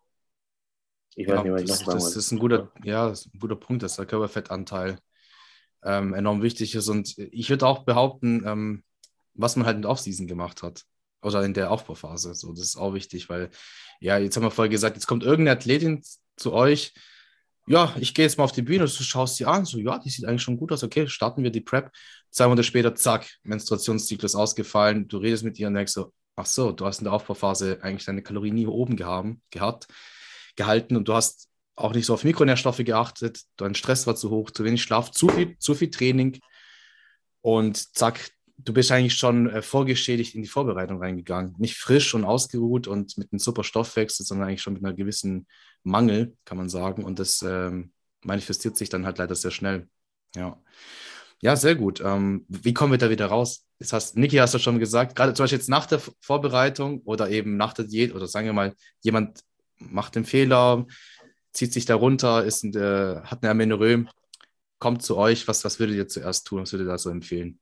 ich weiß Ja, nicht, was ich noch das, sagen das wollte. ist ein guter, ja, das ist ein guter Punkt, dass der Körperfettanteil ähm, enorm wichtig ist. Und ich würde auch behaupten, ähm, was man halt in der Offseason gemacht hat oder in der Aufbauphase. So, das ist auch wichtig, weil, ja, jetzt haben wir vorher gesagt, jetzt kommt irgendeine Athletin zu euch. Ja, ich gehe jetzt mal auf die Bühne, du schaust sie an, so, ja, die sieht eigentlich schon gut aus. Okay, starten wir die Prep. Zwei Monate später, zack, Menstruationszyklus ausgefallen. Du redest mit ihr und denkst so, ach so, du hast in der Aufbauphase eigentlich deine Kalorien nie oben gehaben, gehabt, gehalten und du hast auch nicht so auf Mikronährstoffe geachtet, dein Stress war zu hoch, zu wenig Schlaf, zu viel, zu viel Training und zack, du bist eigentlich schon äh, vorgeschädigt in die Vorbereitung reingegangen. Nicht frisch und ausgeruht und mit einem super Stoffwechsel, sondern eigentlich schon mit einer gewissen Mangel, kann man sagen. Und das ähm, manifestiert sich dann halt leider sehr schnell. Ja, ja, sehr gut. Ähm, wie kommen wir da wieder raus? Das heißt, Niki, hast du schon gesagt, gerade zum Beispiel jetzt nach der Vorbereitung oder eben nach der Diät oder sagen wir mal, jemand macht den Fehler, zieht sich da runter, ist ein, äh, hat eine Amenorrhoe, kommt zu euch. Was, was würdet ihr zuerst tun? Was würdet ihr da so empfehlen?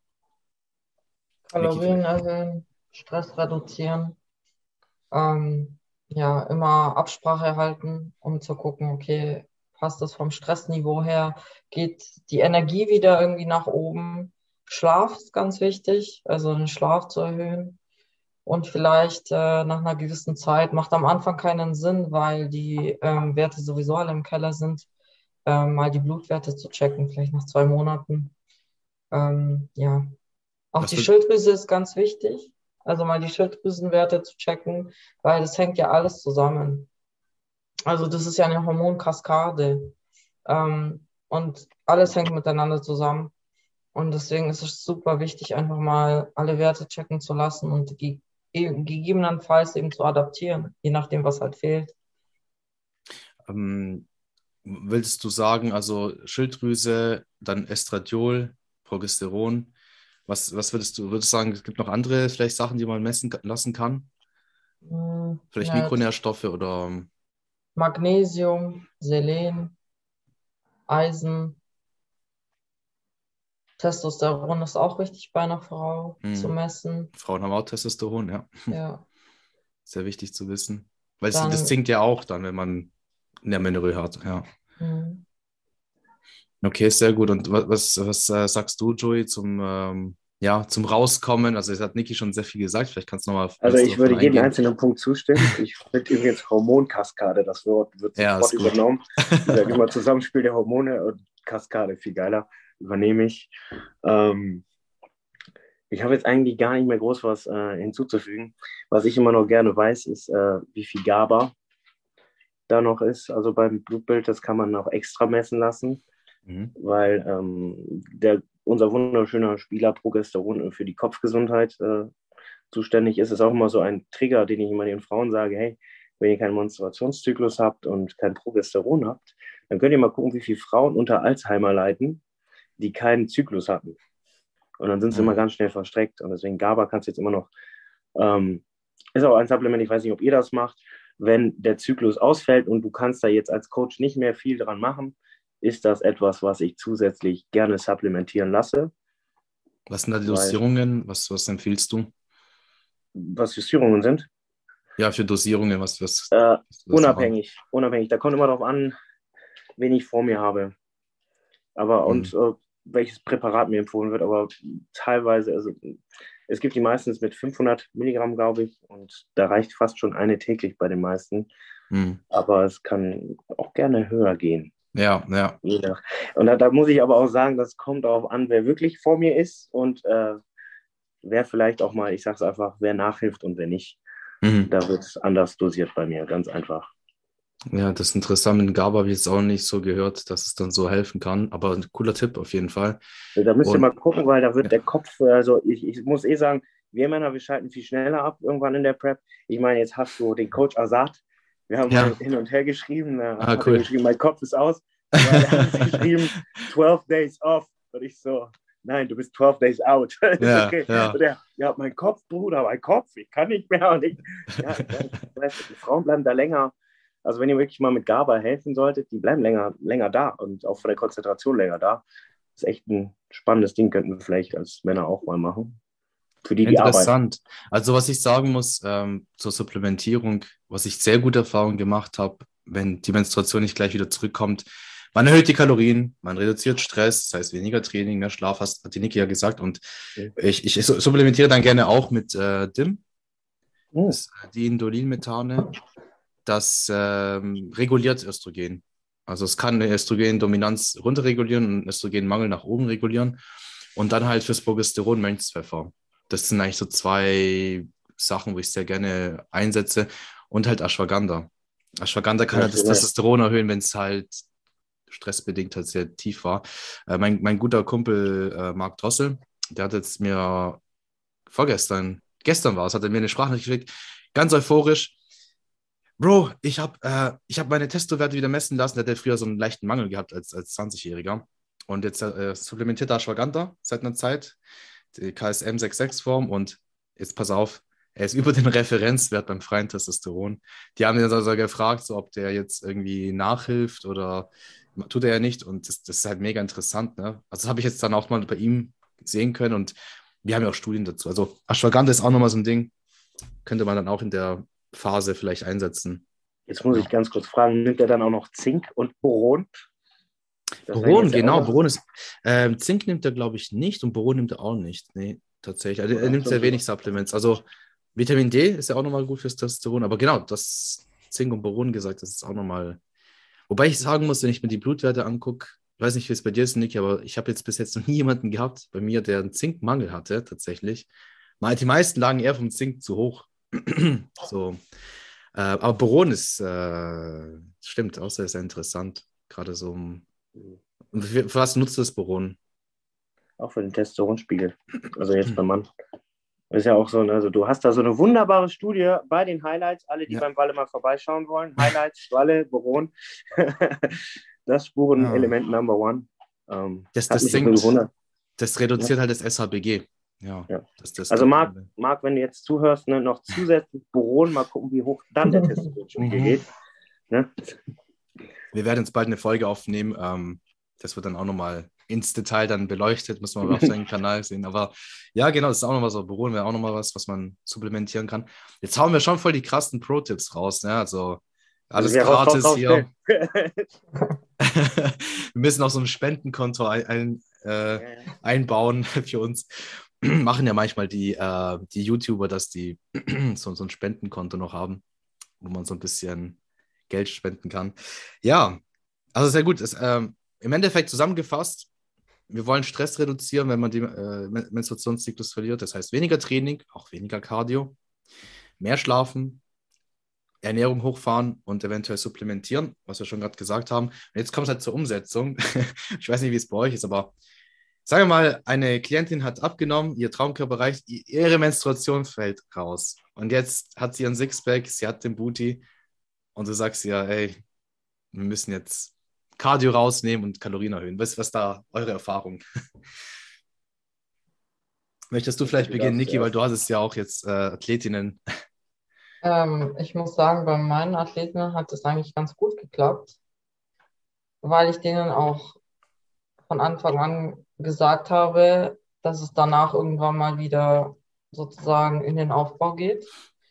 Niki Kalorien vielleicht. erhöhen, Stress reduzieren, ähm, ja, immer Absprache halten, um zu gucken, okay, passt das vom Stressniveau her, geht die Energie wieder irgendwie nach oben. Schlaf ist ganz wichtig, also den Schlaf zu erhöhen. Und vielleicht äh, nach einer gewissen Zeit macht am Anfang keinen Sinn, weil die ähm, Werte sowieso alle im Keller sind, ähm, mal die Blutwerte zu checken, vielleicht nach zwei Monaten. Ähm, ja, auch Was die wird, Schilddrüse ist ganz wichtig. Also mal die Schilddrüsenwerte zu checken, weil das hängt ja alles zusammen. Also das ist ja eine Hormonkaskade. Ähm, und alles hängt miteinander zusammen. Und deswegen ist es super wichtig, einfach mal alle Werte checken zu lassen und die gegebenenfalls eben zu adaptieren, je nachdem, was halt fehlt. ähm, willst du sagen, also Schilddrüse, dann Estradiol, Progesteron? Was, was würdest du, würdest du sagen, es gibt noch andere vielleicht Sachen, die man messen ka- lassen kann? Hm, Vielleicht ja, jetzt Mikronährstoffe oder Magnesium, Selen, Eisen, Testosteron ist auch wichtig bei einer Frau zu hm, messen. Frauen haben auch Testosteron, ja. Ja, Sehr wichtig zu wissen. Weil es, das dann sinkt ja auch dann, wenn man eine Amenorrhoe hat, ja. hm, Okay, sehr gut. Und wa- was, was äh, sagst du, Joey, zum, ähm, ja, zum Rauskommen? Also, jetzt hat Niki schon sehr viel gesagt. Vielleicht kannst du noch mal Also was ich davon würde jeden eingehen. einzelnen Punkt zustimmen. Ich finde übrigens Hormonkaskade, das Wort wird Ja, sofort ist gut. übernommen. Ich sage immer Zusammenspiel der Hormone und Kaskade, viel geiler, übernehme ich. Ähm, ich habe jetzt eigentlich gar nicht mehr groß was äh, hinzuzufügen. Was ich immer noch gerne weiß, ist, äh, wie viel GABA da noch ist. Also beim Blutbild, das kann man auch extra messen lassen, Mhm. weil ähm, der, unser wunderschöner Spieler Progesteron für die Kopfgesundheit äh, zuständig ist. Ist auch immer so ein Trigger, den ich immer den Frauen sage, hey, wenn ihr keinen Menstruationszyklus habt und kein Progesteron habt, dann könnt ihr mal gucken, wie viele Frauen unter Alzheimer leiden, die keinen Zyklus hatten. Und dann sind sie immer Mhm. ganz schnell verstreckt. Und deswegen GABA kannst du jetzt immer noch, ähm, ist auch ein Supplement, ich weiß nicht, ob ihr das macht, wenn der Zyklus ausfällt und du kannst da jetzt als Coach nicht mehr viel dran machen, ist das etwas, was ich zusätzlich gerne supplementieren lasse, Was sind da die weil Dosierungen? Was, was empfiehlst du? was Justierungen sind, Ja, für Dosierungen, was, was, äh, was du da ran? unabhängig, unabhängig. Da kommt immer darauf an, wen ich vor mir habe. Aber Mhm. und äh, welches Präparat mir empfohlen wird, aber teilweise, also es gibt die meistens mit fünfhundert Milligramm, glaube ich, und da reicht fast schon eine täglich bei den meisten. Mhm. Aber es kann auch gerne höher gehen. Ja, ja. Je nach. Und da, da muss ich aber auch sagen, das kommt darauf an, wer wirklich vor mir ist und äh, wer vielleicht auch mal, ich sage es einfach, wer nachhilft und wer nicht. Mhm. Da wird es anders dosiert bei mir, ganz einfach. Ja, das ist interessant. Mit GABA habe ich jetzt auch nicht so gehört, dass es dann so helfen kann. Aber ein cooler Tipp auf jeden Fall. Da müsst ihr Und mal gucken, weil da wird ja, der Kopf, also ich, ich muss eh sagen, wir Männer, wir schalten viel schneller ab irgendwann in der Prep. Ich meine, jetzt hast du den Coach Azad. Wir haben mal ja. hin und her geschrieben. Da Ah, hat er cool. geschrieben, mein Kopf ist aus. Aber er hat jetzt geschrieben, zwölf days off. Und ich so, nein, du bist zwölf days out. Ist Ja, okay. ja. Und er, ja, mein Kopf, Bruder, mein Kopf, ich kann nicht mehr. Und ich, ja, ich weiß, ich weiß, die Frauen bleiben da länger. Also wenn ihr wirklich mal mit GABA helfen solltet, die bleiben länger, länger da und auch von der Konzentration länger da. Das ist echt ein spannendes Ding, könnten wir vielleicht als Männer auch mal machen. Für die, die arbeiten. Interessant. Also was ich sagen muss ähm, zur Supplementierung, was ich sehr gute Erfahrungen gemacht habe, wenn die Menstruation nicht gleich wieder zurückkommt, man erhöht die Kalorien, man reduziert Stress, das heißt weniger Training, mehr Schlaf, hast, hat die Niki ja gesagt. Und ich, ich supplementiere dann gerne auch mit äh, D I M, Mhm. das ist Diindolinmethane. Das ähm, reguliert Östrogen. Also es kann eine Östrogendominanz runterregulieren und einen Östrogenmangel nach oben regulieren. Und dann halt fürs Progesteron Mönchspfeffer. Das sind eigentlich so zwei Sachen, wo ich sehr gerne einsetze. Und halt Ashwagandha. Ashwagandha kann Ja, halt das Testosteron erhöhen, wenn es halt stressbedingt halt sehr tief war. Äh, mein, mein guter Kumpel äh, Marc Drossel, der hat jetzt mir vorgestern, gestern war es, hat er mir eine Sprachnachricht geschickt, ganz euphorisch. Bro, ich habe äh, ich hab meine Testowerte wieder messen lassen. Der hat ja früher so einen leichten Mangel gehabt als, als zwanzigjähriger. Und jetzt äh, supplementiert er Ashwagandha seit einer Zeit, die K S M sechsundsechzig-Form. Und jetzt pass auf, er ist über den Referenzwert beim freien Testosteron. Die haben ihn also gefragt, so, ob der jetzt irgendwie nachhilft oder tut er ja nicht. Und das, das ist halt mega interessant. Ne? Also das habe ich jetzt dann auch mal bei ihm sehen können. Und wir haben ja auch Studien dazu. Also Ashwagandha ist auch nochmal so ein Ding, könnte man dann auch in der Phase vielleicht einsetzen. Jetzt muss Ja. ich ganz kurz fragen, nimmt er dann auch noch Zink und Boron? Das wären Boron, jetzt ja auch genau, noch. Boron ist, ähm, Zink nimmt er, glaube ich, nicht und Boron nimmt er auch nicht. Nee, tatsächlich. Also, er nimmt sehr wenig Supplements. Also Vitamin D ist ja auch nochmal gut fürs Testosteron, aber genau, das Zink und Boron gesagt, das ist auch nochmal. Wobei ich sagen muss, wenn ich mir die Blutwerte angucke, ich weiß nicht, wie es bei dir ist, Niki, aber ich habe jetzt bis jetzt noch nie jemanden gehabt bei mir, der einen Zinkmangel hatte, tatsächlich. Mal, die meisten lagen eher vom Zink zu hoch. So. Äh, aber Boron ist, äh, stimmt, auch sehr, sehr interessant. Gerade so. Und für, für was nutzt das Boron? Auch für den Testosteronspiegel. Also jetzt beim Mann. Ist ja auch so, also du hast da so eine wunderbare Studie bei den Highlights, alle, die Ja. beim Walle mal vorbeischauen wollen. Highlights, Walle, Boron. Das Ah. Spurenelement Number One. Ähm, Das, hat das mich so sinkt, gewundert. das reduziert halt das S H B G. Ja, Ja. das, das Also gibt Marc, dann- Marc, wenn du jetzt zuhörst, ne, noch zusätzlich Boron, mal gucken, wie hoch dann der Testosteronspiegel Mhm. geht. Ne? Wir werden jetzt bald eine Folge aufnehmen. Ähm, das wird dann auch nochmal ins Detail dann beleuchtet, muss man mal auf seinem Kanal sehen. Aber ja, genau, das ist auch nochmal so. Boron wäre auch nochmal was, was man supplementieren kann. Jetzt hauen wir schon voll die krassen Pro-Tipps raus. Ne? Also Alles wer raus, gratis raus, hier. raus. Wir müssen auch so ein Spendenkonto ein, ein, äh, Ja, ja. einbauen für uns. Machen ja manchmal die, äh, die YouTuber, dass die so, so ein Spendenkonto noch haben, wo man so ein bisschen Geld spenden kann. Ja, also sehr gut. Es, ähm, im Endeffekt zusammengefasst, wir wollen Stress reduzieren, wenn man den äh, Men- Menstruationszyklus verliert. Das heißt weniger Training, auch weniger Cardio, mehr schlafen, Ernährung hochfahren und eventuell supplementieren, was wir schon gerade gesagt haben. Und jetzt kommt es halt zur Umsetzung. Ich weiß nicht, wie es bei euch ist, aber sagen wir mal, eine Klientin hat abgenommen, ihr Traumkörper reicht, i- ihre Menstruation fällt raus. Und jetzt hat sie ihren Sixpack, sie hat den Booty und du sagst ihr, ey, wir müssen jetzt Cardio rausnehmen und Kalorien erhöhen. Was ist da eure Erfahrung? Möchtest du Okay, vielleicht du beginnen, darfst Niki, weil zuerst. du hattest ja auch jetzt äh, Athletinnen. Ähm, ich muss sagen, bei meinen Athleten hat es eigentlich ganz gut geklappt, weil ich denen auch von Anfang an gesagt habe, dass es danach irgendwann mal wieder sozusagen in den Aufbau geht.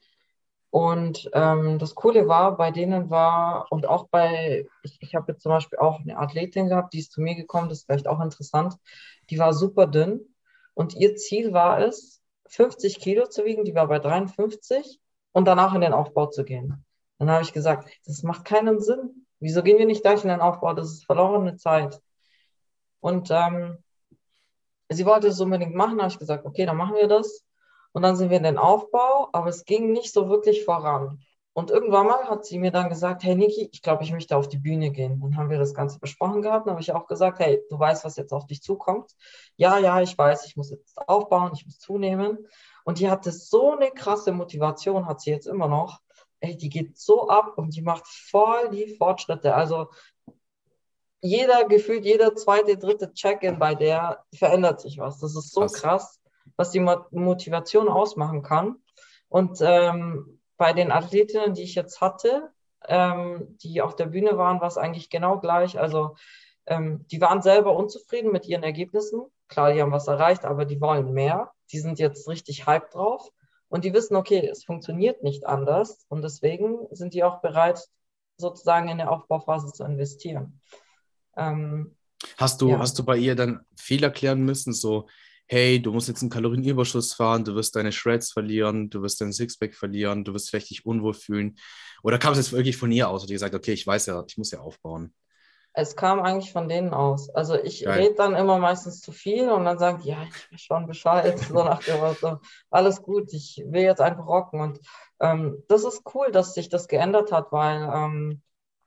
Und ähm, das Coole war, bei denen war, und auch bei, ich, ich habe jetzt zum Beispiel auch eine Athletin gehabt, die ist zu mir gekommen, das ist vielleicht auch interessant, die war super dünn und ihr Ziel war es, fünfzig Kilo zu wiegen, die war bei dreiundfünfzig und danach in den Aufbau zu gehen. Dann habe ich gesagt, das macht keinen Sinn. Wieso gehen wir nicht gleich in den Aufbau? Das ist verlorene Zeit. Und ähm, sie wollte es unbedingt machen, habe ich gesagt, okay, dann machen wir das. Und dann sind wir in den Aufbau, aber es ging nicht so wirklich voran. Und irgendwann mal hat sie mir dann gesagt, hey Niki, ich glaube, ich möchte auf die Bühne gehen. Dann haben wir das Ganze besprochen gehabt. Dann habe ich auch gesagt, hey, du weißt, was jetzt auf dich zukommt. Ja, ja, ich weiß, ich muss jetzt aufbauen, ich muss zunehmen. Und die hatte so eine krasse Motivation, hat sie jetzt immer noch. Ey, die geht so ab und die macht voll die Fortschritte. Also jeder, gefühlt jeder zweite, dritte Check-in bei der verändert sich was. Das ist so Krass. krass, was die Mo- Motivation ausmachen kann. Und ähm, bei den Athletinnen, die ich jetzt hatte, ähm, die auf der Bühne waren, war es eigentlich genau gleich. Also ähm, die waren selber unzufrieden mit ihren Ergebnissen. Klar, die haben was erreicht, aber die wollen mehr. Die sind jetzt richtig hyped drauf. Und die wissen, okay, es funktioniert nicht anders. Und deswegen sind die auch bereit, sozusagen in der Aufbauphase zu investieren. Ähm, Hast du, ja, hast du bei ihr dann viel erklären müssen, so, hey, du musst jetzt einen Kalorienüberschuss fahren, du wirst deine Shreds verlieren, du wirst deinen Sixpack verlieren, du wirst vielleicht dich unwohl fühlen? Oder kam es jetzt wirklich von ihr aus, und die gesagt, okay, ich weiß ja, ich muss ja aufbauen. es kam eigentlich von denen aus. Also ich Geil. rede dann immer meistens zu viel und dann sagen die, ja, ich weiß schon Bescheid, so nach dem Motto, alles gut, ich will jetzt einfach rocken. Und ähm, das ist cool, dass sich das geändert hat, weil ähm,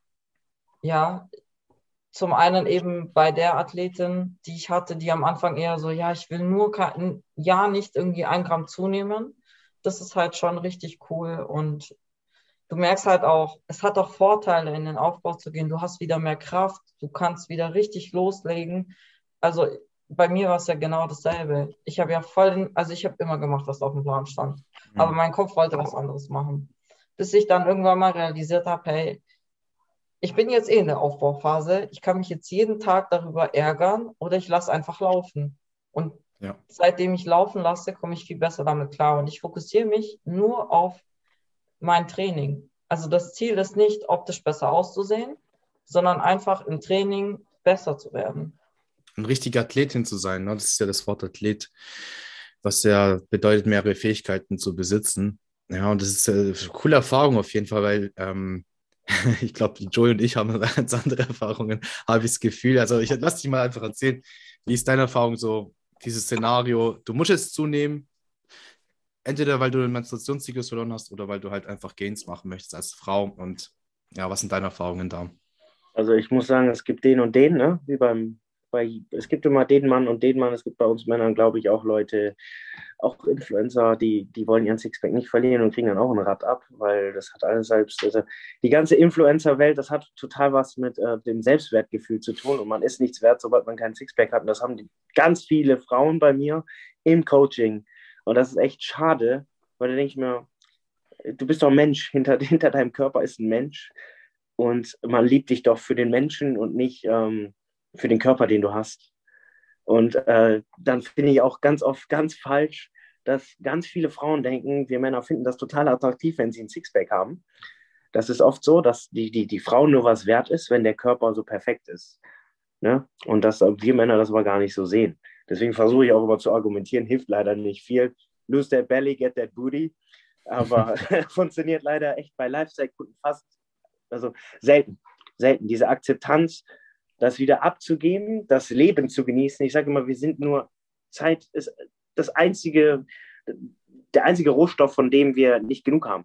ja, zum einen eben bei der Athletin, die ich hatte, die am Anfang eher so, ja, ich will nur kein, ja, nicht irgendwie ein Gramm zunehmen. Das ist halt schon richtig cool und du merkst halt auch, es hat auch Vorteile, in den Aufbau zu gehen. Du hast wieder mehr Kraft, du kannst wieder richtig loslegen. Also bei mir war es ja genau dasselbe. Ich habe ja voll, den, also ich habe immer gemacht, was auf dem Plan stand. Aber Mhm. mein Kopf wollte was anderes machen. Bis ich dann irgendwann mal realisiert habe, hey, ich bin jetzt eh in der Aufbauphase. Ich kann mich jetzt jeden Tag darüber ärgern oder ich lasse einfach laufen. Und Ja. seitdem ich laufen lasse, komme ich viel besser damit klar. Und ich fokussiere mich nur auf mein Training. Also das Ziel ist nicht, optisch besser auszusehen, sondern einfach im Training besser zu werden. Eine richtige Athletin zu sein, ne? Das ist ja das Wort Athlet, was ja bedeutet, mehrere Fähigkeiten zu besitzen. Ja, und das ist äh, eine coole Erfahrung auf jeden Fall, weil ähm, ich glaube, Joey und ich haben ganz andere Erfahrungen, habe ich das Gefühl. Also ich lass dich mal einfach erzählen, wie ist deine Erfahrung so, dieses Szenario, du musst jetzt zunehmen, entweder weil du den Menstruationszyklus verloren hast oder weil du halt einfach Gains machen möchtest als Frau. Und ja, was sind deine Erfahrungen da? Also ich muss sagen, es gibt den und den, ne? Wie beim, bei, es gibt immer den Mann und den Mann. Es gibt bei uns Männern, glaube ich, auch Leute, auch Influencer, die, die wollen ihren Sixpack nicht verlieren und kriegen dann auch ein Rad ab, weil das hat alles selbst, also die ganze Influencer-Welt, das hat total was mit äh, dem Selbstwertgefühl zu tun und man ist nichts wert, sobald man keinen Sixpack hat. Und das haben die, ganz viele Frauen bei mir im Coaching. Und das ist echt schade, weil da denke ich mir, du bist doch ein Mensch, hinter, hinter deinem Körper ist ein Mensch. Und man liebt dich doch für den Menschen und nicht ähm, für den Körper, den du hast. Und äh, dann finde ich auch ganz oft ganz falsch, dass ganz viele Frauen denken, wir Männer finden das total attraktiv, wenn sie ein Sixpack haben. das ist oft so, dass die, die, die Frau nur was wert ist, wenn der Körper so perfekt ist. Ne? Und dass wir Männer das aber gar nicht so sehen. Deswegen versuche ich auch immer zu argumentieren, hilft leider nicht viel. Lose that belly, get that booty. Aber funktioniert leider echt bei Lifestyle-Kunden fast, also selten. Selten. Diese Akzeptanz, das wieder abzugeben, das Leben zu genießen. Ich sage immer, wir sind nur, Zeit ist das einzige, der einzige Rohstoff, von dem wir nicht genug haben.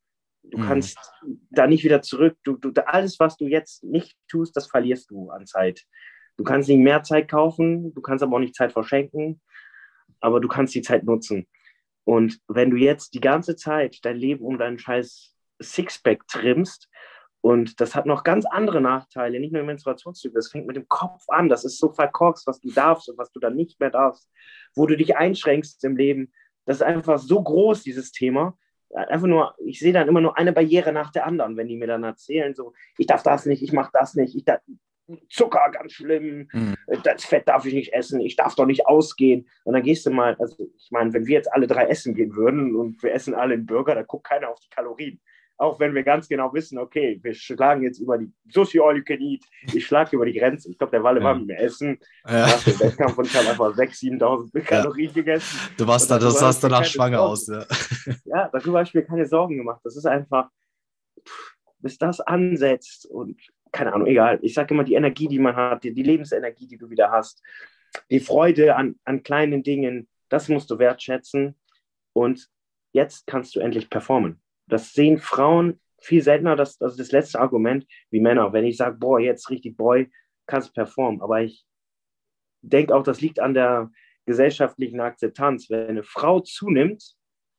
Du Mhm. kannst da nicht wieder zurück. Du, du, alles, was du jetzt nicht tust, das verlierst du an Zeit. Du kannst nicht mehr Zeit kaufen, du kannst aber auch nicht Zeit verschenken, aber du kannst die Zeit nutzen. Und wenn du jetzt die ganze Zeit dein Leben um deinen scheiß Sixpack trimmst, und das hat noch ganz andere Nachteile, nicht nur im Menstruationszyklus, das fängt mit dem Kopf an, das ist so verkorkst, was du darfst und was du dann nicht mehr darfst, wo du dich einschränkst im Leben. Das ist einfach so groß, dieses Thema. Einfach nur, ich sehe dann immer nur eine Barriere nach der anderen, wenn die mir dann erzählen, so, ich darf das nicht, ich mache das nicht, ich darf, Zucker, ganz schlimm, Mhm. das Fett darf ich nicht essen, ich darf doch nicht ausgehen. Und dann gehst du mal, also ich meine, wenn wir jetzt alle drei essen gehen würden und wir essen alle einen Burger, da guckt keiner auf die Kalorien. Auch wenn wir ganz genau wissen, okay, wir schlagen jetzt über die Sushi All You Can Eat, ich schlage über die Grenze. Ich glaube, der Walle Ja. war mit mir essen Ja. nach dem Wettkampf und ich habe einfach sechstausend, siebentausend Kalorien gegessen. Du warst da, Und das darüber sahst hab ich mir danach keine schwanger Sorgen- aus. Ja. Ja, darüber habe ich mir keine Sorgen gemacht. Das ist einfach, pff, bis das ansetzt und keine Ahnung, egal. Ich sage immer, die Energie, die man hat, die, die Lebensenergie, die du wieder hast, die Freude an, an kleinen Dingen, das musst du wertschätzen. Und jetzt kannst du endlich performen. Das sehen Frauen viel seltener, das, also das letzte Argument, wie Männer. Wenn ich sage, boah, jetzt richtig Boy, kannst performen. Aber ich denke auch, das liegt an der gesellschaftlichen Akzeptanz. Wenn eine Frau zunimmt,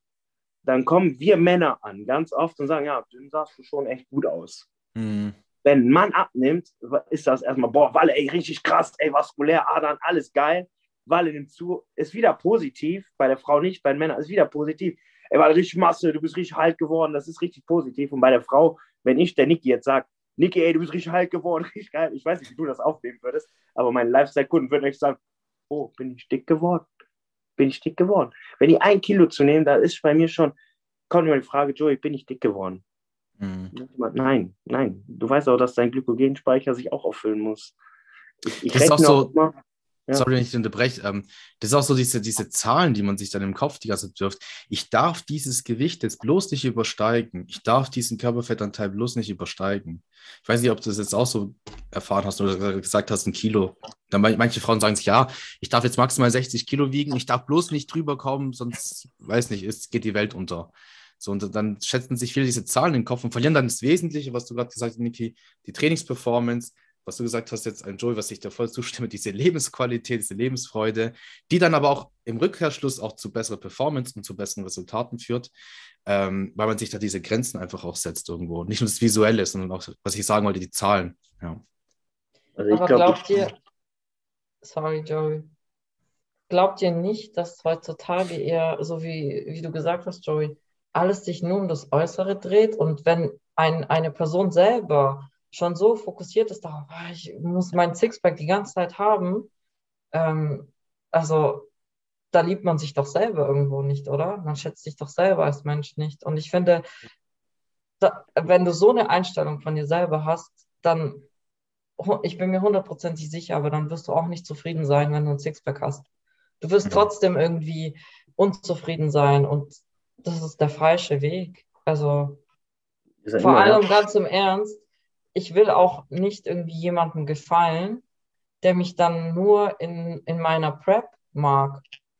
dann kommen wir Männer an, ganz oft und sagen, ja, dann sahst du schon echt gut aus. Mhm. Wenn ein Mann abnimmt, ist das erstmal, boah, Walle, ey, richtig krass, ey, vaskulär, Adern, alles geil. Walle nimmt zu, ist wieder positiv, bei der Frau nicht, bei den Männern ist wieder positiv. Ey, Walle, richtig Masse, du bist richtig halt geworden, das ist richtig positiv. Und bei der Frau, wenn ich der Niki jetzt sage, Niki, ey, du bist richtig halt geworden, richtig geil, ich weiß nicht, wie du das aufnehmen würdest, aber meine Lifestyle-Kunden würden euch sagen, oh, bin ich dick geworden? Bin ich dick geworden? Wenn ich ein Kilo zu nehmen, da ist bei mir schon, kommt immer die Frage, Joey, bin ich dick geworden? Mhm. Nein, nein. Du weißt auch, dass dein Glykogenspeicher sich auch auffüllen muss. Ich, ich Das ist auch rechne so- immer, ja. Sorry, wenn ich dich unterbreche. Ähm, das ist auch so diese, diese Zahlen, die man sich dann im Kopf die ganze Zeit wirft. Ich darf dieses Gewicht jetzt bloß nicht übersteigen. Ich darf diesen Körperfettanteil bloß nicht übersteigen. Ich weiß nicht, ob du das jetzt auch so erfahren hast oder gesagt hast, ein Kilo. Dann man- manche Frauen sagen sich, ja, ich darf jetzt maximal sechzig Kilo wiegen, ich darf bloß nicht drüber kommen, sonst, weiß nicht, es geht die Welt unter. So, und dann schätzen sich viele diese Zahlen in den Kopf und verlieren dann das Wesentliche, was du gerade gesagt hast, Niki, die Trainingsperformance, was du gesagt hast jetzt, ein Joy, was ich dir voll zustimme, diese Lebensqualität, diese Lebensfreude, die dann aber auch im Rückkehrschluss auch zu besserer Performance und zu besseren Resultaten führt, ähm, weil man sich da diese Grenzen einfach auch setzt irgendwo. Nicht nur das Visuelle, sondern auch, was ich sagen wollte, die Zahlen. Ja. Also ich Aber glaube, glaubt ihr, sorry, Joey, glaubt ihr nicht, dass heutzutage eher, so wie, wie du gesagt hast, Joey, alles sich nur um das Äußere dreht und wenn ein, eine Person selber schon so fokussiert ist darauf, ah, ich muss meinen Sixpack die ganze Zeit haben, ähm, also da liebt man sich doch selber irgendwo nicht, oder? Man schätzt sich doch selber als Mensch nicht. Und ich finde, da, wenn du so eine Einstellung von dir selber hast, dann, hu- ich bin mir hundertprozentig sicher, aber dann wirst du auch nicht zufrieden sein, wenn du ein Sixpack hast. Du wirst Mhm. trotzdem irgendwie unzufrieden sein und das ist der falsche Weg. Also ist ja vor immer, allem ja. ganz im Ernst, ich will auch nicht irgendwie jemandem gefallen, der mich dann nur in, in meiner Prep mag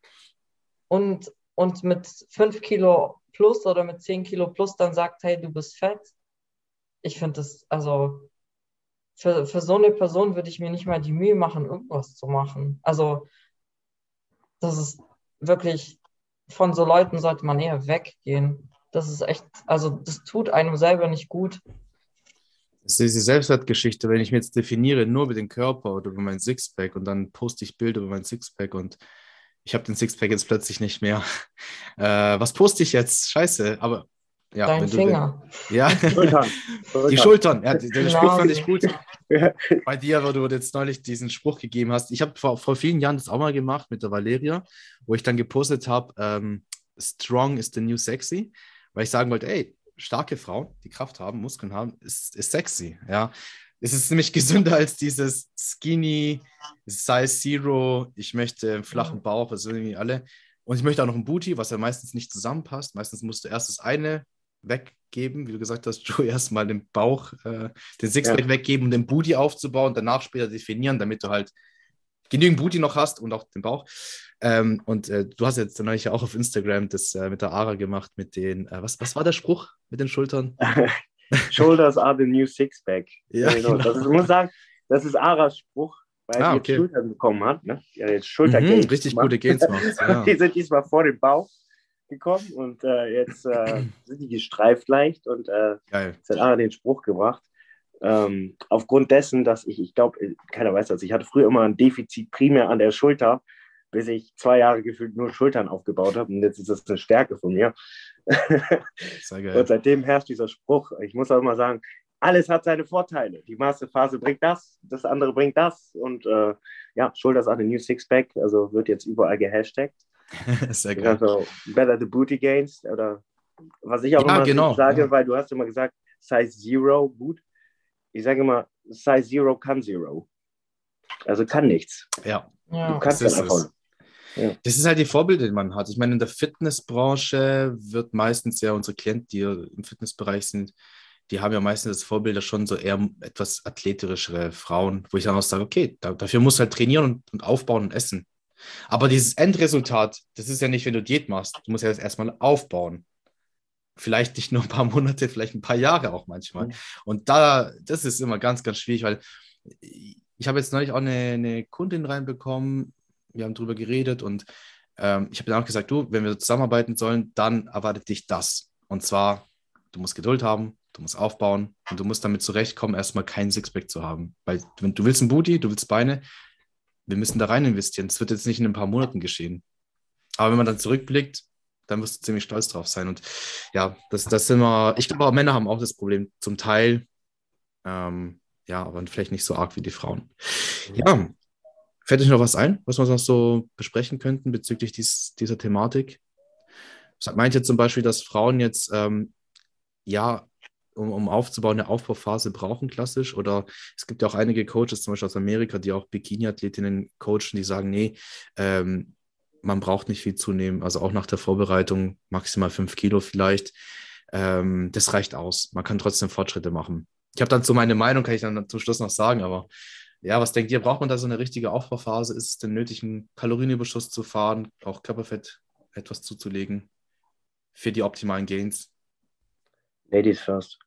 und, und mit fünf Kilo plus oder mit zehn Kilo plus dann sagt, hey, du bist fett. Ich finde das, also für, für so eine Person würde ich mir nicht mal die Mühe machen, irgendwas zu machen. Also das ist wirklich, von so Leuten sollte man eher weggehen. Das ist echt, also das tut einem selber nicht gut. Das ist diese Selbstwertgeschichte, wenn ich mich jetzt definiere nur über den Körper oder über mein Sixpack und dann poste ich Bilder über mein Sixpack und ich habe den Sixpack jetzt plötzlich nicht mehr. Äh, was poste ich jetzt? Scheiße, aber ja, Dein wenn du Finger. den, ja, Schultern. die Schultern, ja, den Die Spruch fand Nase. ich gut. Bei dir, wo du jetzt neulich diesen Spruch gegeben hast. Ich habe vor, vor vielen Jahren das auch mal gemacht mit der Valeria, wo ich dann gepostet habe, ähm, Strong is the new sexy, weil ich sagen wollte, ey, starke Frauen, die Kraft haben, Muskeln haben, ist, ist sexy, ja. Es ist nämlich gesünder als dieses Skinny, Size Zero, ich möchte einen flachen Bauch, das sind irgendwie alle. Und ich möchte auch noch ein Booty, was ja meistens nicht zusammenpasst. Meistens musst du erst das eine weggeben, wie du gesagt hast, Joe, erstmal den Bauch, äh, den Sixpack Ja. weggeben, um den Booty aufzubauen, danach später definieren, damit du halt genügend Booty noch hast und auch den Bauch. Ähm, und äh, du hast jetzt neulich ja auch auf Instagram das äh, mit der Ara gemacht, mit den, äh, was, was war der Spruch mit den Schultern? Shoulders are the new six-pack. Ja, genau. genau. Das ist, ich muss sagen, das ist Aras Spruch, weil Ah, sie okay. jetzt Schultern bekommen hat. Ne? Die hat jetzt Mhm, Schultergains richtig gemacht. gute Gains macht, ja. Die sind diesmal vor den Bauch gekommen und äh, jetzt äh, sind die gestreift leicht und äh, Geil. jetzt hat Ara den Spruch gebracht. Ähm, aufgrund dessen, dass ich, ich glaube, keiner weiß das, ich hatte früher immer ein Defizit primär an der Schulter, bis ich zwei Jahre gefühlt nur Schultern aufgebaut habe und jetzt ist das eine Stärke von mir. Sehr geil. Und seitdem herrscht dieser Spruch. Ich muss auch immer sagen, alles hat seine Vorteile. Die Masterphase bringt das, das andere bringt das und äh, ja, Shoulders are the new Sixpack, also wird jetzt überall gehashtagt. Sehr geil. Also better the booty gains oder was ich auch Ja, immer genau, sage, ja. weil du hast immer gesagt, Size Zero, Boot. Ich sage immer, Size Zero kann Zero. Also kann nichts. Ja, Ja. Du kannst das dann ist einfach. es. Ja. Das ist halt die Vorbilder, die man hat. Ich meine, in der Fitnessbranche wird meistens ja unsere Klienten, die im Fitnessbereich sind, die haben ja meistens das Vorbilder schon so eher etwas athletischere Frauen, wo ich dann auch sage, okay, da, dafür musst du halt trainieren und, und aufbauen und essen. Aber dieses Endresultat, das ist ja nicht, wenn du Diät machst. Du musst ja das erstmal aufbauen. Vielleicht nicht nur ein paar Monate, vielleicht ein paar Jahre auch manchmal. Und da, das ist immer ganz, ganz schwierig, weil ich habe jetzt neulich auch eine, eine Kundin reinbekommen, wir haben drüber geredet und ähm, ich habe dann auch gesagt, du, wenn wir zusammenarbeiten sollen, dann erwartet dich das. Und zwar, du musst Geduld haben, du musst aufbauen und du musst damit zurechtkommen, erstmal kein Sixpack zu haben. Weil wenn du willst ein Booty, du willst Beine, wir müssen da rein investieren. Das wird jetzt nicht in ein paar Monaten geschehen. Aber wenn man dann zurückblickt, dann wirst du ziemlich stolz drauf sein. Und ja, das, das sind wir, ich glaube, auch Männer haben auch das Problem, zum Teil, ähm, ja, aber vielleicht nicht so arg wie die Frauen. Ja, fällt euch noch was ein, was wir noch so besprechen könnten bezüglich dies, dieser Thematik? Meint ihr zum Beispiel, dass Frauen jetzt, ähm, ja, um, um aufzubauen, eine Aufbauphase brauchen, klassisch? Oder es gibt ja auch einige Coaches, zum Beispiel aus Amerika, die auch Bikini-Athletinnen coachen, die sagen, nee, ähm, man braucht nicht viel zunehmen, also auch nach der Vorbereitung maximal fünf Kilo vielleicht. Ähm, das reicht aus. Man kann trotzdem Fortschritte machen. Ich habe dazu meine Meinung, kann ich dann zum Schluss noch sagen, aber ja, was denkt ihr, braucht man da so eine richtige Aufbauphase? Ist es denn nötig, einen Kalorienüberschuss zu fahren, auch Körperfett etwas zuzulegen für die optimalen Gains? Ladies first.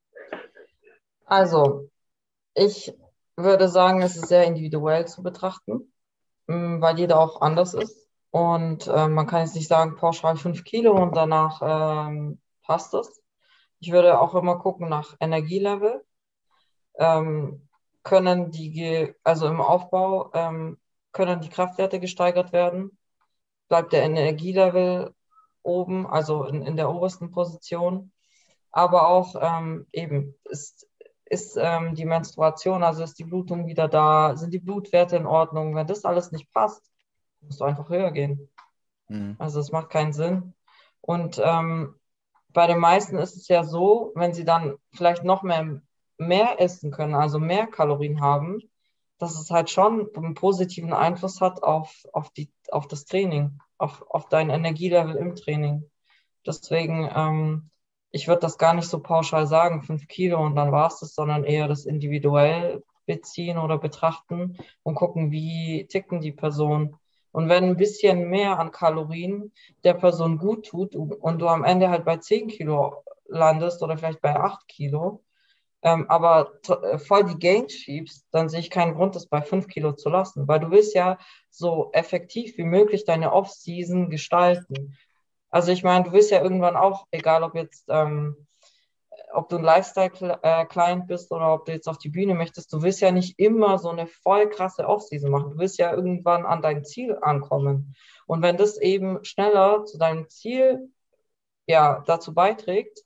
Also, ich würde sagen, es ist sehr individuell zu betrachten, mh, weil jeder auch anders ist. Und äh, man kann jetzt nicht sagen, pauschal fünf Kilo und danach ähm, passt es. Ich würde auch immer gucken nach Energielevel. Ähm, können die, ge- also im Aufbau, ähm, können die Kraftwerte gesteigert werden? Bleibt der Energielevel oben, also in, in der obersten Position? Aber auch ähm, eben, ist, ist ähm, die Menstruation, also ist die Blutung wieder da? Sind die Blutwerte in Ordnung? Wenn das alles nicht passt, musst du einfach höher gehen. Mhm. Also es macht keinen Sinn. Und ähm, bei den meisten ist es ja so, wenn sie dann vielleicht noch mehr, mehr essen können, also mehr Kalorien haben, dass es halt schon einen positiven Einfluss hat auf, auf, die, auf das Training, auf, auf dein Energielevel im Training. Deswegen, ähm, ich würde das gar nicht so pauschal sagen, fünf Kilo und dann war es das, sondern eher das individuell beziehen oder betrachten und gucken, wie ticken die Person. Und wenn ein bisschen mehr an Kalorien der Person gut tut und du am Ende halt bei zehn Kilo landest oder vielleicht bei acht Kilo, ähm, aber t- voll die Gains schiebst, dann sehe ich keinen Grund, das bei fünf Kilo zu lassen, weil du willst ja so effektiv wie möglich deine Off-Season gestalten. Also ich meine, du willst ja irgendwann auch, egal ob jetzt, ähm, ob du ein Lifestyle-Client bist oder ob du jetzt auf die Bühne möchtest, du willst ja nicht immer so eine voll krasse Off-Season machen. Du willst ja irgendwann an dein Ziel ankommen. Und wenn das eben schneller zu deinem Ziel, ja, dazu beiträgt,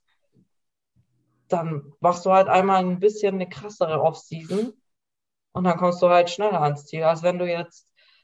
dann machst du halt einmal ein bisschen eine krassere Off-Season und dann kommst du halt schneller ans Ziel, als wenn du jetzt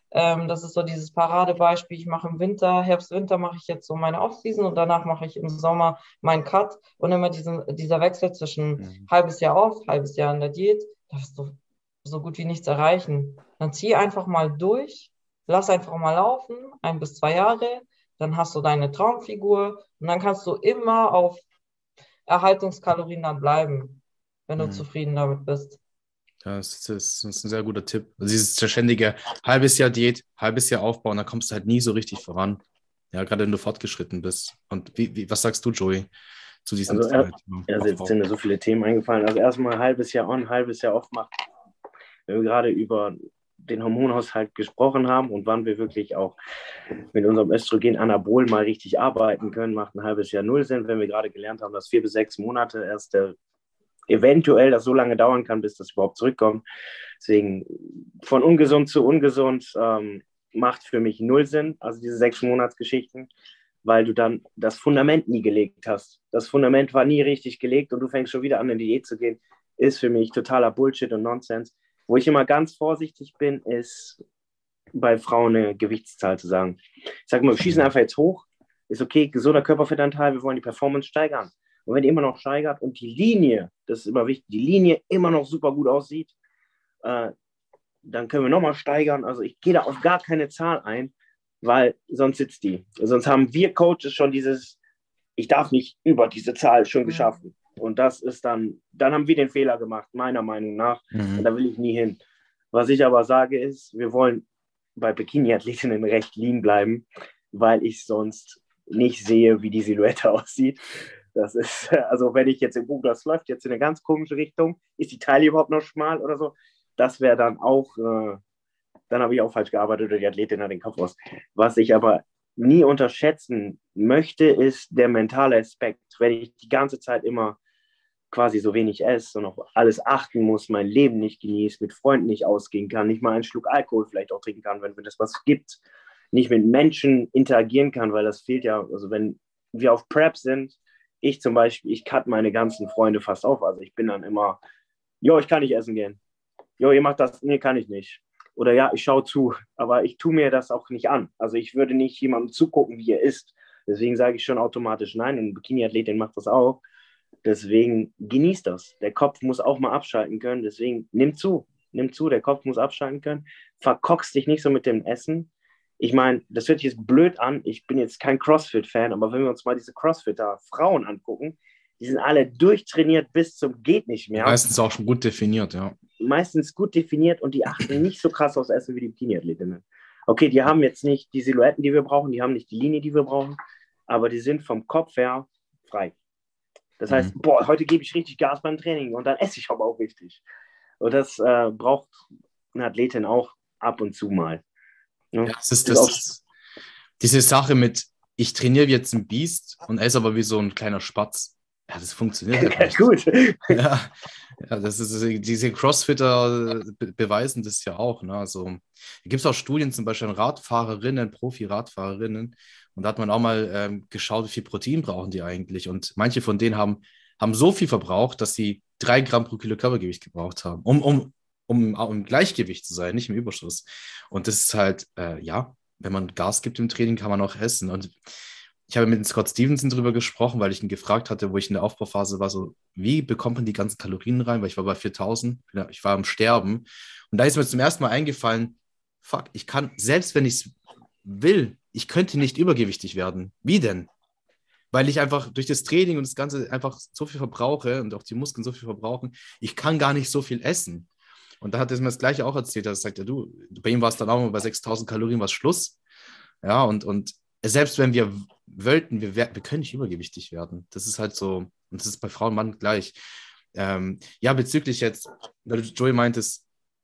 Ähm, das ist so dieses Paradebeispiel. Ich mache im Winter, Herbst, Winter mache ich jetzt so meine Offseason und danach mache ich im Sommer meinen Cut und immer diesen, dieser Wechsel zwischen Mhm. halbes Jahr off, halbes Jahr in der Diät, da wirst du so gut wie nichts erreichen. Dann zieh einfach mal durch, lass einfach mal laufen, ein bis zwei Jahre, dann hast du deine Traumfigur und dann kannst du immer auf Erhaltungskalorien dann bleiben, wenn du Mhm. zufrieden damit bist. Ja, das ist, das ist ein sehr guter Tipp. Also dieses ständige halbes Jahr Diät, halbes Jahr Aufbau, und dann kommst du halt nie so richtig voran. Ja, gerade wenn du fortgeschritten bist. Und wie, wie, was sagst du, Joey, zu diesem Also, er, Thema also jetzt Aufbau? sind mir so viele Themen eingefallen. Also erstmal ein halbes Jahr on, ein halbes Jahr off macht. Wenn wir gerade über den Hormonhaushalt gesprochen haben und wann wir wirklich auch mit unserem Östrogen Anabol mal richtig arbeiten können, macht ein halbes Jahr null Sinn, wenn wir gerade gelernt haben, dass vier bis sechs Monate erst der, eventuell das so lange dauern kann, bis das überhaupt zurückkommt. Deswegen von ungesund zu ungesund ähm, macht für mich null Sinn, also diese sechs Monatsgeschichten, weil du dann das Fundament nie gelegt hast. Das Fundament war nie richtig gelegt und du fängst schon wieder an, in die Diät zu gehen, ist für mich totaler Bullshit und Nonsens. Wo ich immer ganz vorsichtig bin, ist bei Frauen eine Gewichtszahl zu sagen. Ich sage mal, wir schießen einfach jetzt hoch, ist okay, gesunder Körperfettanteil, wir wollen die Performance steigern. Und wenn die immer noch steigert und die Linie, das ist immer wichtig, die Linie immer noch super gut aussieht, äh, dann können wir nochmal steigern. Also ich gehe da auf gar keine Zahl ein, weil sonst sitzt die. Sonst haben wir Coaches schon dieses, ich darf nicht über diese Zahl schon geschaffen. Und das ist dann, dann haben wir den Fehler gemacht, meiner Meinung nach. Mhm. Und da will ich nie hin. Was ich aber sage ist, wir wollen bei Bikini-Athletinnen recht lean bleiben, weil ich sonst nicht sehe, wie die Silhouette aussieht. Das ist, also wenn ich jetzt im Buch, das läuft jetzt in eine ganz komische Richtung, ist die Taille überhaupt noch schmal oder so? Das wäre dann auch, äh, dann habe ich auch falsch gearbeitet oder die Athletin hat den Kopf aus. Was ich aber nie unterschätzen möchte, ist der mentale Aspekt. Wenn ich die ganze Zeit immer quasi so wenig esse und auf alles achten muss, mein Leben nicht genieße, mit Freunden nicht ausgehen kann, nicht mal einen Schluck Alkohol vielleicht auch trinken kann, wenn es was gibt, nicht mit Menschen interagieren kann, weil das fehlt ja, also wenn wir auf Prep sind, ich zum Beispiel, ich cut meine ganzen Freunde fast auf, also ich bin dann immer, jo, ich kann nicht essen gehen, jo, ihr macht das, nee, kann ich nicht. Oder ja, ich schaue zu, aber ich tue mir das auch nicht an. Also ich würde nicht jemandem zugucken, wie er isst. Deswegen sage ich schon automatisch nein und ein Bikini-Athletin macht das auch. Deswegen genießt das. Der Kopf muss auch mal abschalten können. Deswegen nimm zu, nimm zu, der Kopf muss abschalten können. Verkockst dich nicht so mit dem Essen. Ich meine, das hört sich jetzt blöd an. Ich bin jetzt kein CrossFit-Fan, aber wenn wir uns mal diese Crossfitter-Frauen angucken, die sind alle durchtrainiert bis zum geht nicht mehr. Meistens auch schon gut definiert, ja. Meistens gut definiert und die achten nicht so krass aufs Essen wie die Bikini-Athletinnen. Okay, die haben jetzt nicht die Silhouetten, die wir brauchen, die haben nicht die Linie, die wir brauchen, aber die sind vom Kopf her frei. Das heißt, mhm. boah, heute gebe ich richtig Gas beim Training und dann esse ich aber auch richtig. Und das äh, braucht eine Athletin auch ab und zu mal. Ne? Ja, das ist, das ist diese Sache mit, ich trainiere jetzt ein Biest und esse aber wie so ein kleiner Spatz. Ja, das funktioniert halt nicht. Gut. Ja, ja, das ist, diese Crossfitter be- beweisen das ja auch. Ne? Also, da gibt es auch Studien, zum Beispiel an Radfahrerinnen, Profi-Radfahrerinnen. Und da hat man auch mal ähm, geschaut, wie viel Protein brauchen die eigentlich. Und manche von denen haben, haben so viel verbraucht, dass sie drei Gramm pro Kilo Körpergewicht gebraucht haben, um, um, um, um im Gleichgewicht zu sein, nicht im Überschuss. Und das ist halt, äh, ja, wenn man Gas gibt im Training, kann man auch essen. Und ich habe mit Scott Stevenson darüber gesprochen, weil ich ihn gefragt hatte, wo ich in der Aufbauphase war, so, wie bekommt man die ganzen Kalorien rein? Weil ich war bei viertausend, ich war am Sterben. Und da ist mir zum ersten Mal eingefallen, fuck, ich kann, selbst wenn ich es will, ich könnte nicht übergewichtig werden. Wie denn? Weil ich einfach durch das Training und das Ganze einfach so viel verbrauche und auch die Muskeln so viel verbrauchen, ich kann gar nicht so viel essen. Und da hat er mir das Gleiche auch erzählt, er sagt, ja du, bei ihm war es dann auch mal bei sechstausend Kalorien was Schluss. Ja, und, und selbst wenn wir wollten, wir, wir können nicht übergewichtig werden. Das ist halt so, und das ist bei Frauen und Mann gleich. Ähm, ja, bezüglich jetzt, weil du, Joey, meintest,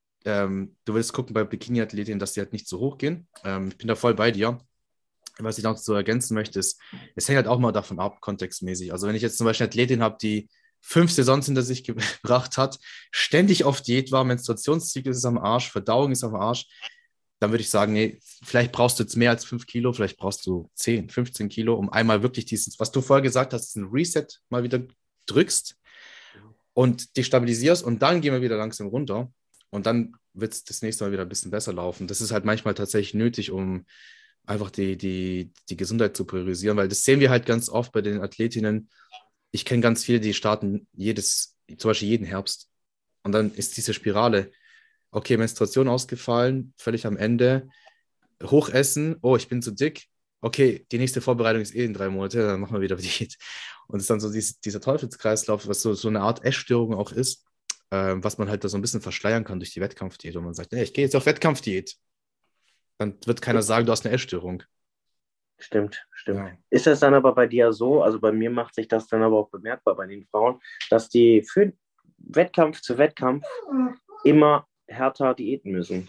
ähm, du willst gucken bei Bikini-Athletinnen, dass die halt nicht so hoch gehen. Ähm, ich bin da voll bei dir. Was ich noch so ergänzen möchte, ist, es hängt halt auch mal davon ab, kontextmäßig. Also wenn ich jetzt zum Beispiel eine Athletin habe, die fünf Saisons hinter sich gebracht hat, ständig auf Diät war, Menstruationszyklus ist am Arsch, Verdauung ist am Arsch, dann würde ich sagen, nee, vielleicht brauchst du jetzt mehr als fünf Kilo, vielleicht brauchst du zehn, fünfzehn Kilo, um einmal wirklich dieses, was du vorher gesagt hast, ein Reset mal wieder drückst und dich stabilisierst und dann gehen wir wieder langsam runter. Und dann wird es das nächste Mal wieder ein bisschen besser laufen. Das ist halt manchmal tatsächlich nötig, um einfach die, die, die Gesundheit zu priorisieren, weil das sehen wir halt ganz oft bei den Athletinnen. Ich kenne ganz viele, die starten jedes, zum Beispiel jeden Herbst. Und dann ist diese Spirale, okay, Menstruation ausgefallen, völlig am Ende, hochessen, oh, ich bin zu dick, okay, die nächste Vorbereitung ist eh in drei Monate, dann machen wir wieder Diät. Und es ist dann so dies, dieser Teufelskreislauf, was so, so eine Art Essstörung auch ist, äh, was man halt da so ein bisschen verschleiern kann durch die Wettkampfdiät. Und man sagt, nee, ich gehe jetzt auf Wettkampfdiät. Dann wird keiner sagen, du hast eine Essstörung. Stimmt, stimmt. Ja. Ist das dann aber bei dir so, also bei mir macht sich das dann aber auch bemerkbar bei den Frauen, dass die für Wettkampf zu Wettkampf immer härter diäten müssen,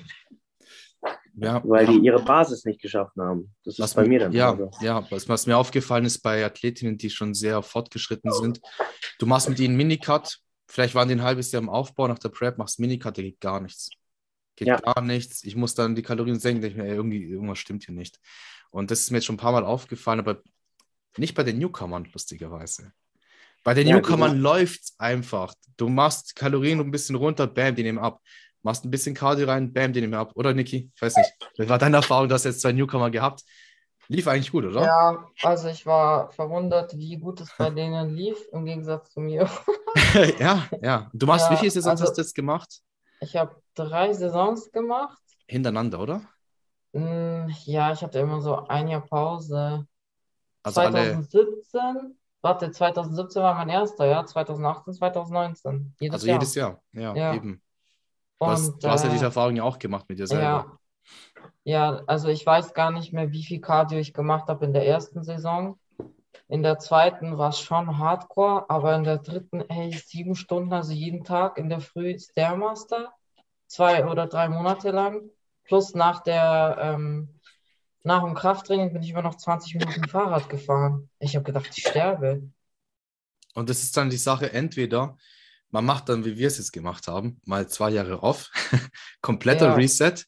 Ja, weil ja. die ihre Basis nicht geschaffen haben. Das ist Was bei mir- mir dann ja, immer so. ja, was, was mir aufgefallen ist bei Athletinnen, die schon sehr fortgeschritten sind, du machst mit ihnen einen Minicut, vielleicht waren die ein halbes Jahr im Aufbau, nach der Prep machst Minicut, da geht gar nichts. Geht Ja. gar nichts. Ich muss dann die Kalorien senken, denke ich mir, ey, irgendwie, irgendwas stimmt hier nicht. Und das ist mir jetzt schon ein paar Mal aufgefallen, aber nicht bei den Newcomern, lustigerweise. Bei den Ja, Newcomern läuft es einfach. Du machst Kalorien ein bisschen runter, bam, die nehmen ab. Machst ein bisschen Cardio rein, bam, die nehmen ab. Oder, Niki? Ich weiß nicht. Was war deine Erfahrung? Du hast jetzt zwei Newcomer gehabt. Lief eigentlich gut, oder? Ja, also ich war verwundert, wie gut es bei denen lief, im Gegensatz zu mir. Ja, ja. Du machst, wie viele Ja, Saisons hast also du jetzt gemacht? ich habe drei Saisons gemacht. Hintereinander, oder? Hm, Ja, ich hatte immer so ein Jahr Pause. Also alle, zweitausendsiebzehn, warte, zweitausendsiebzehn war mein erster, ja, zweitausendachtzehn, zweitausendneunzehn, jedes also jedes Jahr. Jahr. Ja, Ja, eben. Du hast, und du hast ja diese äh, Erfahrung ja auch gemacht mit dir selber. ja, ja, also ich weiß gar nicht mehr, wie viel Cardio ich gemacht habe in der ersten Saison. In der zweiten war es schon Hardcore, aber in der dritten, ey, sieben Stunden, also jeden Tag in der Früh Stairmaster, zwei oder drei Monate lang. Plus nach der, ähm, nach dem Krafttraining bin ich immer noch zwanzig Minuten Fahrrad gefahren. Ich habe gedacht, ich sterbe. Und das ist dann die Sache, entweder man macht dann, wie wir es jetzt gemacht haben, mal zwei Jahre off, kompletter Ja, Reset,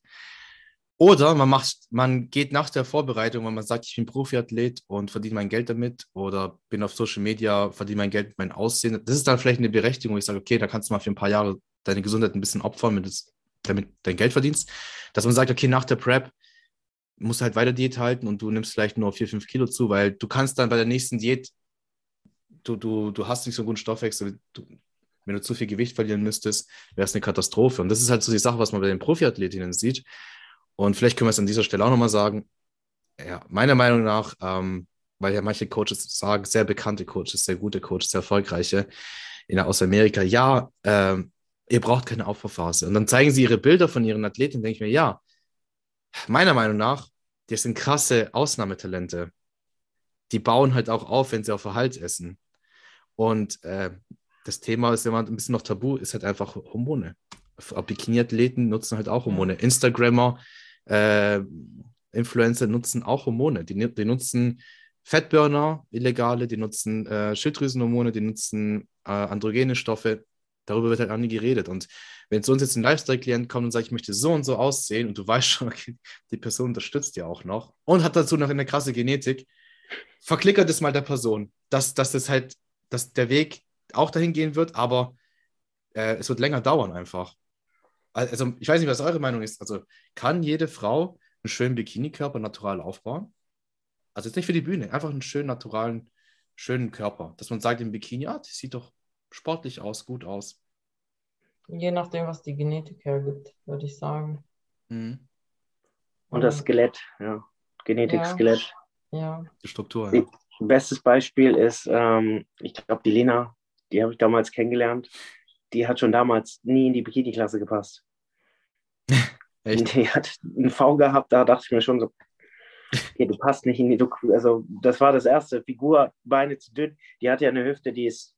oder man macht, man geht nach der Vorbereitung, wenn man sagt, ich bin Profiathlet und verdiene mein Geld damit oder bin auf Social Media, verdiene mein Geld mit meinem Aussehen. Das ist dann vielleicht eine Berechtigung, wo ich sage, okay, da kannst du mal für ein paar Jahre deine Gesundheit ein bisschen opfern, damit, es, damit dein Geld verdienst. Dass man sagt, okay, nach der Prep musst du halt weiter Diät halten und du nimmst vielleicht nur vier, fünf Kilo zu, weil du kannst dann bei der nächsten Diät, du, du, du hast nicht so einen guten Stoffwechsel, du, wenn du zu viel Gewicht verlieren müsstest, wäre es eine Katastrophe. Und das ist halt so die Sache, was man bei den Profiathletinnen sieht. Und vielleicht können wir es an dieser Stelle auch nochmal sagen. Ja, meiner Meinung nach, ähm, weil ja manche Coaches sagen, sehr bekannte Coaches, sehr gute Coaches, sehr erfolgreiche in, aus Amerika, ja, ähm, ihr braucht keine Aufbauphase. Und dann zeigen sie ihre Bilder von ihren Athleten und denke ich mir, ja, meiner Meinung nach, das sind krasse Ausnahmetalente. Die bauen halt auch auf, wenn sie auf Erhalt essen. Und äh, das Thema ist immer ein bisschen noch tabu, ist halt einfach Hormone. Bikini-Athleten nutzen halt auch Hormone. ja. Instagrammer, äh, Influencer nutzen auch Hormone. Die, die nutzen Fettburner, illegale, die nutzen äh, Schilddrüsenhormone, die nutzen äh, androgene Stoffe. Darüber wird halt auch nie geredet. Und wenn zu uns jetzt ein Lifestyle-Klient kommt und sagt, ich möchte so und so aussehen und du weißt schon, okay, die Person unterstützt ja auch noch und hat dazu noch eine krasse Genetik, verklickert es mal der Person, dass, dass das halt, dass der Weg auch dahin gehen wird, aber äh, es wird länger dauern einfach. Also, ich weiß nicht, was eure Meinung ist. Also, kann jede Frau einen schönen Bikini-Körper natural aufbauen? Also, jetzt nicht für die Bühne, einfach einen schönen, naturalen, schönen Körper. Dass man sagt im Bikini, ja, das sieht doch sportlich aus, gut aus. Je nachdem, was die Genetik hergibt, würde ich sagen. Mhm. Und das Und Skelett, ja. Genetik, ja, Skelett. ja, Die Struktur, ja. Bestes Beispiel ist, ähm, ich glaube, die Lena, die habe ich damals kennengelernt, die hat schon damals nie in die Bikini-Klasse gepasst. Echt? Die hat einen V gehabt, da dachte ich mir schon so, okay, du passt nicht in die, du, also das war das erste, Figur, Beine zu dünn, die hat ja eine Hüfte, die ist,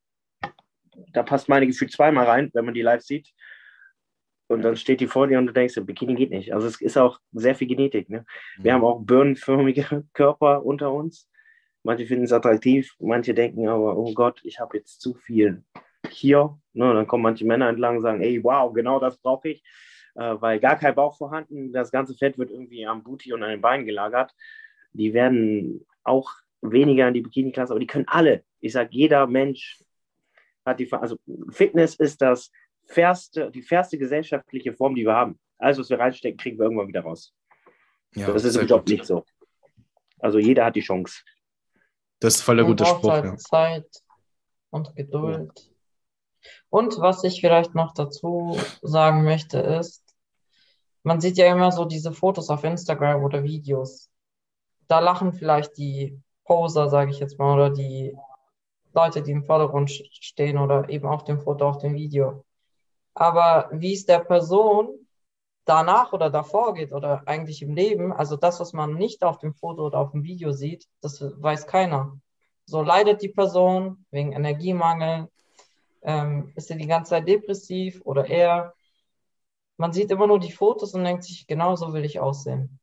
da passt meine gefühlt zweimal rein, wenn man die live sieht. Und dann steht die vor dir und du denkst, Bikini geht nicht. Also es ist auch sehr viel Genetik. Ne? Wir Mhm. haben auch birnenförmige Körper unter uns. Manche finden es attraktiv, manche denken aber, oh Gott, ich habe jetzt zu viel hier. Ne? Dann kommen manche Männer entlang und sagen, ey, wow, genau das brauche ich. Äh, weil gar kein Bauch vorhanden, das ganze Fett wird irgendwie am Booty und an den Beinen gelagert. Die werden auch weniger in die Bikini-Klasse, aber die können alle. Ich sage, jeder Mensch hat die, also Fitness ist das fairste, die fairste gesellschaftliche Form, die wir haben. Alles, was wir reinstecken, kriegen wir irgendwann wieder raus. Ja, das ist sehr im Job gut. nicht so. Also jeder hat die Chance. Das ist voll der Man gute braucht Spruch, halt ja. Zeit und Geduld. Und was ich vielleicht noch dazu sagen möchte, ist, man sieht ja immer so diese Fotos auf Instagram oder Videos. Da lachen vielleicht die Poser, sage ich jetzt mal, oder die Leute, die im Vordergrund sch- stehen oder eben auf dem Foto, auf dem Video. Aber wie es der Person danach oder davor geht oder eigentlich im Leben, also das, was man nicht auf dem Foto oder auf dem Video sieht, das weiß keiner. So leidet die Person wegen Energiemangel, ähm, ist sie die ganze Zeit depressiv oder eher. Man sieht immer nur die Fotos und denkt sich, genau so will ich aussehen.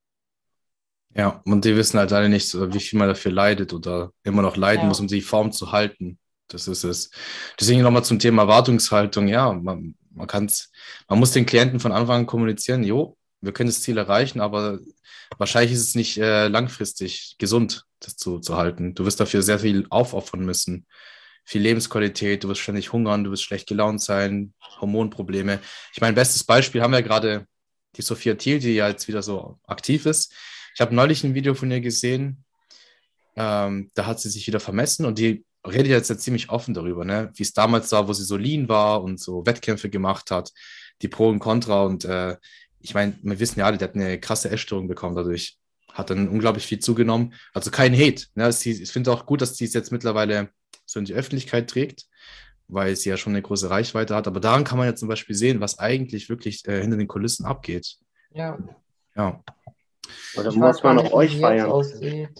Ja, und die wissen halt alle nicht, so, wie viel man dafür leidet oder immer noch leiden muss, Ja, um die Form zu halten. Das ist es. Deswegen nochmal zum Thema Erwartungshaltung. Ja, man, man kann's, man muss den Klienten von Anfang an kommunizieren, jo, wir können das Ziel erreichen, aber wahrscheinlich ist es nicht äh, langfristig gesund, das zu, zu halten. Du wirst dafür sehr viel aufopfern müssen. Viel Lebensqualität, du wirst ständig hungern, du wirst schlecht gelaunt sein, Hormonprobleme. Ich meine, bestes Beispiel haben wir ja gerade die Sophia Thiel, die ja jetzt wieder so aktiv ist. Ich habe neulich ein Video von ihr gesehen, ähm, da hat sie sich wieder vermessen und die redet jetzt ja ziemlich offen darüber, ne? Wie es damals war, wo sie so lean war und so Wettkämpfe gemacht hat, die Pro und Contra. Und äh, ich meine, wir wissen ja alle, die hat eine krasse Essstörung bekommen dadurch, hat dann unglaublich viel zugenommen. Also kein Hate. Ne? Sie, ich finde auch gut, dass sie es jetzt mittlerweile so in die Öffentlichkeit trägt, weil sie ja schon eine große Reichweite hat. Aber daran kann man ja zum Beispiel sehen, was eigentlich wirklich äh, hinter den Kulissen abgeht. ja. Ja. Oder Ich weiß muss gar man auch nicht, wie euch sie jetzt feiern? aussieht.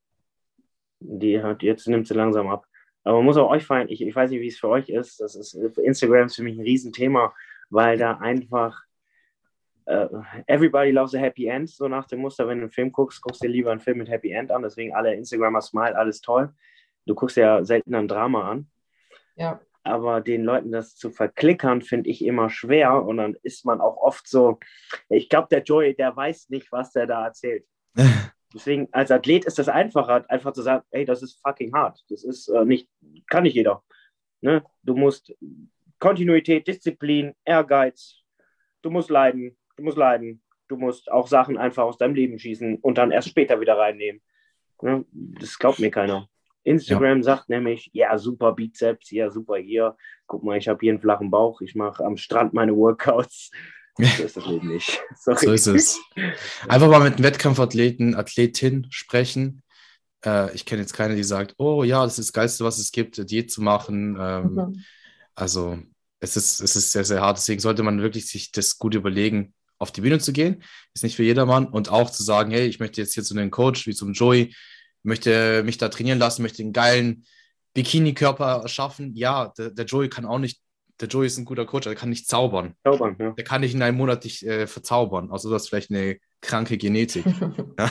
Die hat, jetzt nimmt sie langsam ab. Aber man muss auch euch feiern. Ich, ich weiß nicht, wie es für euch ist. Das ist Instagram ist für mich ein Riesenthema, weil da einfach äh, everybody loves a happy end, so nach dem Muster, wenn du einen Film guckst, guckst du dir lieber einen Film mit Happy End an. Deswegen alle Instagrammer smile, alles toll. Du guckst ja selten ein Drama an. Ja, Aber den Leuten das zu verklickern, finde ich immer schwer. Und dann ist man auch oft so, ich glaube, der Joey, der weiß nicht, was der da erzählt. Deswegen, als Athlet ist das einfacher, einfach zu sagen, hey, das ist fucking hart. Das ist äh, nicht, kann nicht jeder. Ne? Du musst Kontinuität, Disziplin, Ehrgeiz, du musst leiden, du musst leiden. Du musst auch Sachen einfach aus deinem Leben schießen und dann erst später wieder reinnehmen. Ne? Das glaubt mir keiner. Instagram ja. sagt nämlich, ja, super Bizeps, ja, super hier. Guck mal, ich habe hier einen flachen Bauch, ich mache am Strand meine Workouts. So ist das Leben nicht. Sorry. So ist es. Einfach mal mit einem Wettkampfathleten, Athletin sprechen. Äh, ich kenne jetzt keine, die sagt, oh ja, das ist das Geilste, was es gibt, Diät zu machen. Ähm, mhm. Also es ist, es ist sehr, sehr hart. Deswegen sollte man wirklich sich das gut überlegen, auf die Bühne zu gehen. Ist nicht für jedermann. Und auch zu sagen, hey, ich möchte jetzt hier zu einem Coach wie zum Joey, möchte mich da trainieren lassen, möchte einen geilen Bikini-Körper erschaffen. Ja, der, der Joey kann auch nicht, der Joey ist ein guter Coach, der kann nicht zaubern. Zaubern, ja. Der kann nicht in einem Monat dich äh, verzaubern. Also du hast vielleicht eine kranke Genetik. ja.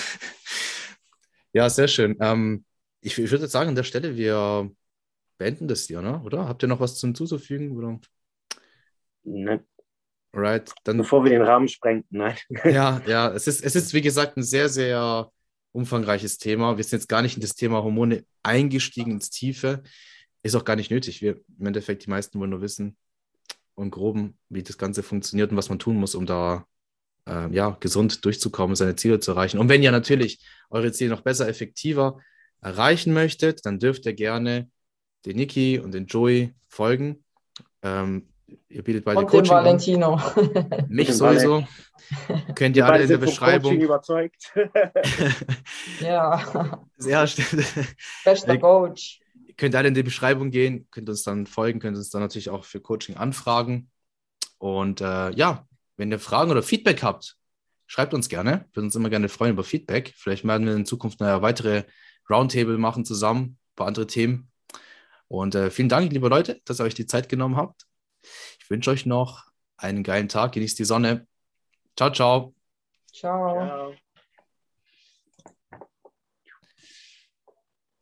ja, sehr schön. Ähm, ich, ich würde jetzt sagen, an der Stelle, wir beenden das hier, ne? Oder? Habt ihr noch was zum Zuzufügen? Oder? Nein. Right, dann, Bevor wir den Rahmen sprengen, nein. ja, ja, es ist, es ist, wie gesagt, ein sehr, sehr umfangreiches Thema. Wir sind jetzt gar nicht in das Thema Hormone eingestiegen ins Tiefe. Ist auch gar nicht nötig. Wir, im Endeffekt, die meisten wollen nur wissen und groben, wie das Ganze funktioniert und was man tun muss, um da äh, ja, gesund durchzukommen, seine Ziele zu erreichen. Und wenn ihr natürlich eure Ziele noch besser, effektiver erreichen möchtet, dann dürft ihr gerne den Niki und den Joey folgen. Ähm, ihr bietet beide und Coaching dem Valentino. An. Mich Dem sowieso. Könnt ihr Wir alle beide in der sind vom Beschreibung. Coaching überzeugt. ja, ja, stimmt. bester Coach. Ihr könnt alle in die Beschreibung gehen, könnt uns dann folgen, könnt uns dann natürlich auch für Coaching anfragen. Und äh, ja, wenn ihr Fragen oder Feedback habt, schreibt uns gerne. Wir würden uns immer gerne freuen über Feedback. Vielleicht werden wir in Zukunft eine weitere Roundtable machen zusammen, ein paar andere Themen. Und äh, vielen Dank, liebe Leute, dass ihr euch die Zeit genommen habt. Ich wünsche euch noch einen geilen Tag. Genießt die Sonne. Ciao, ciao. Ciao. Ciao.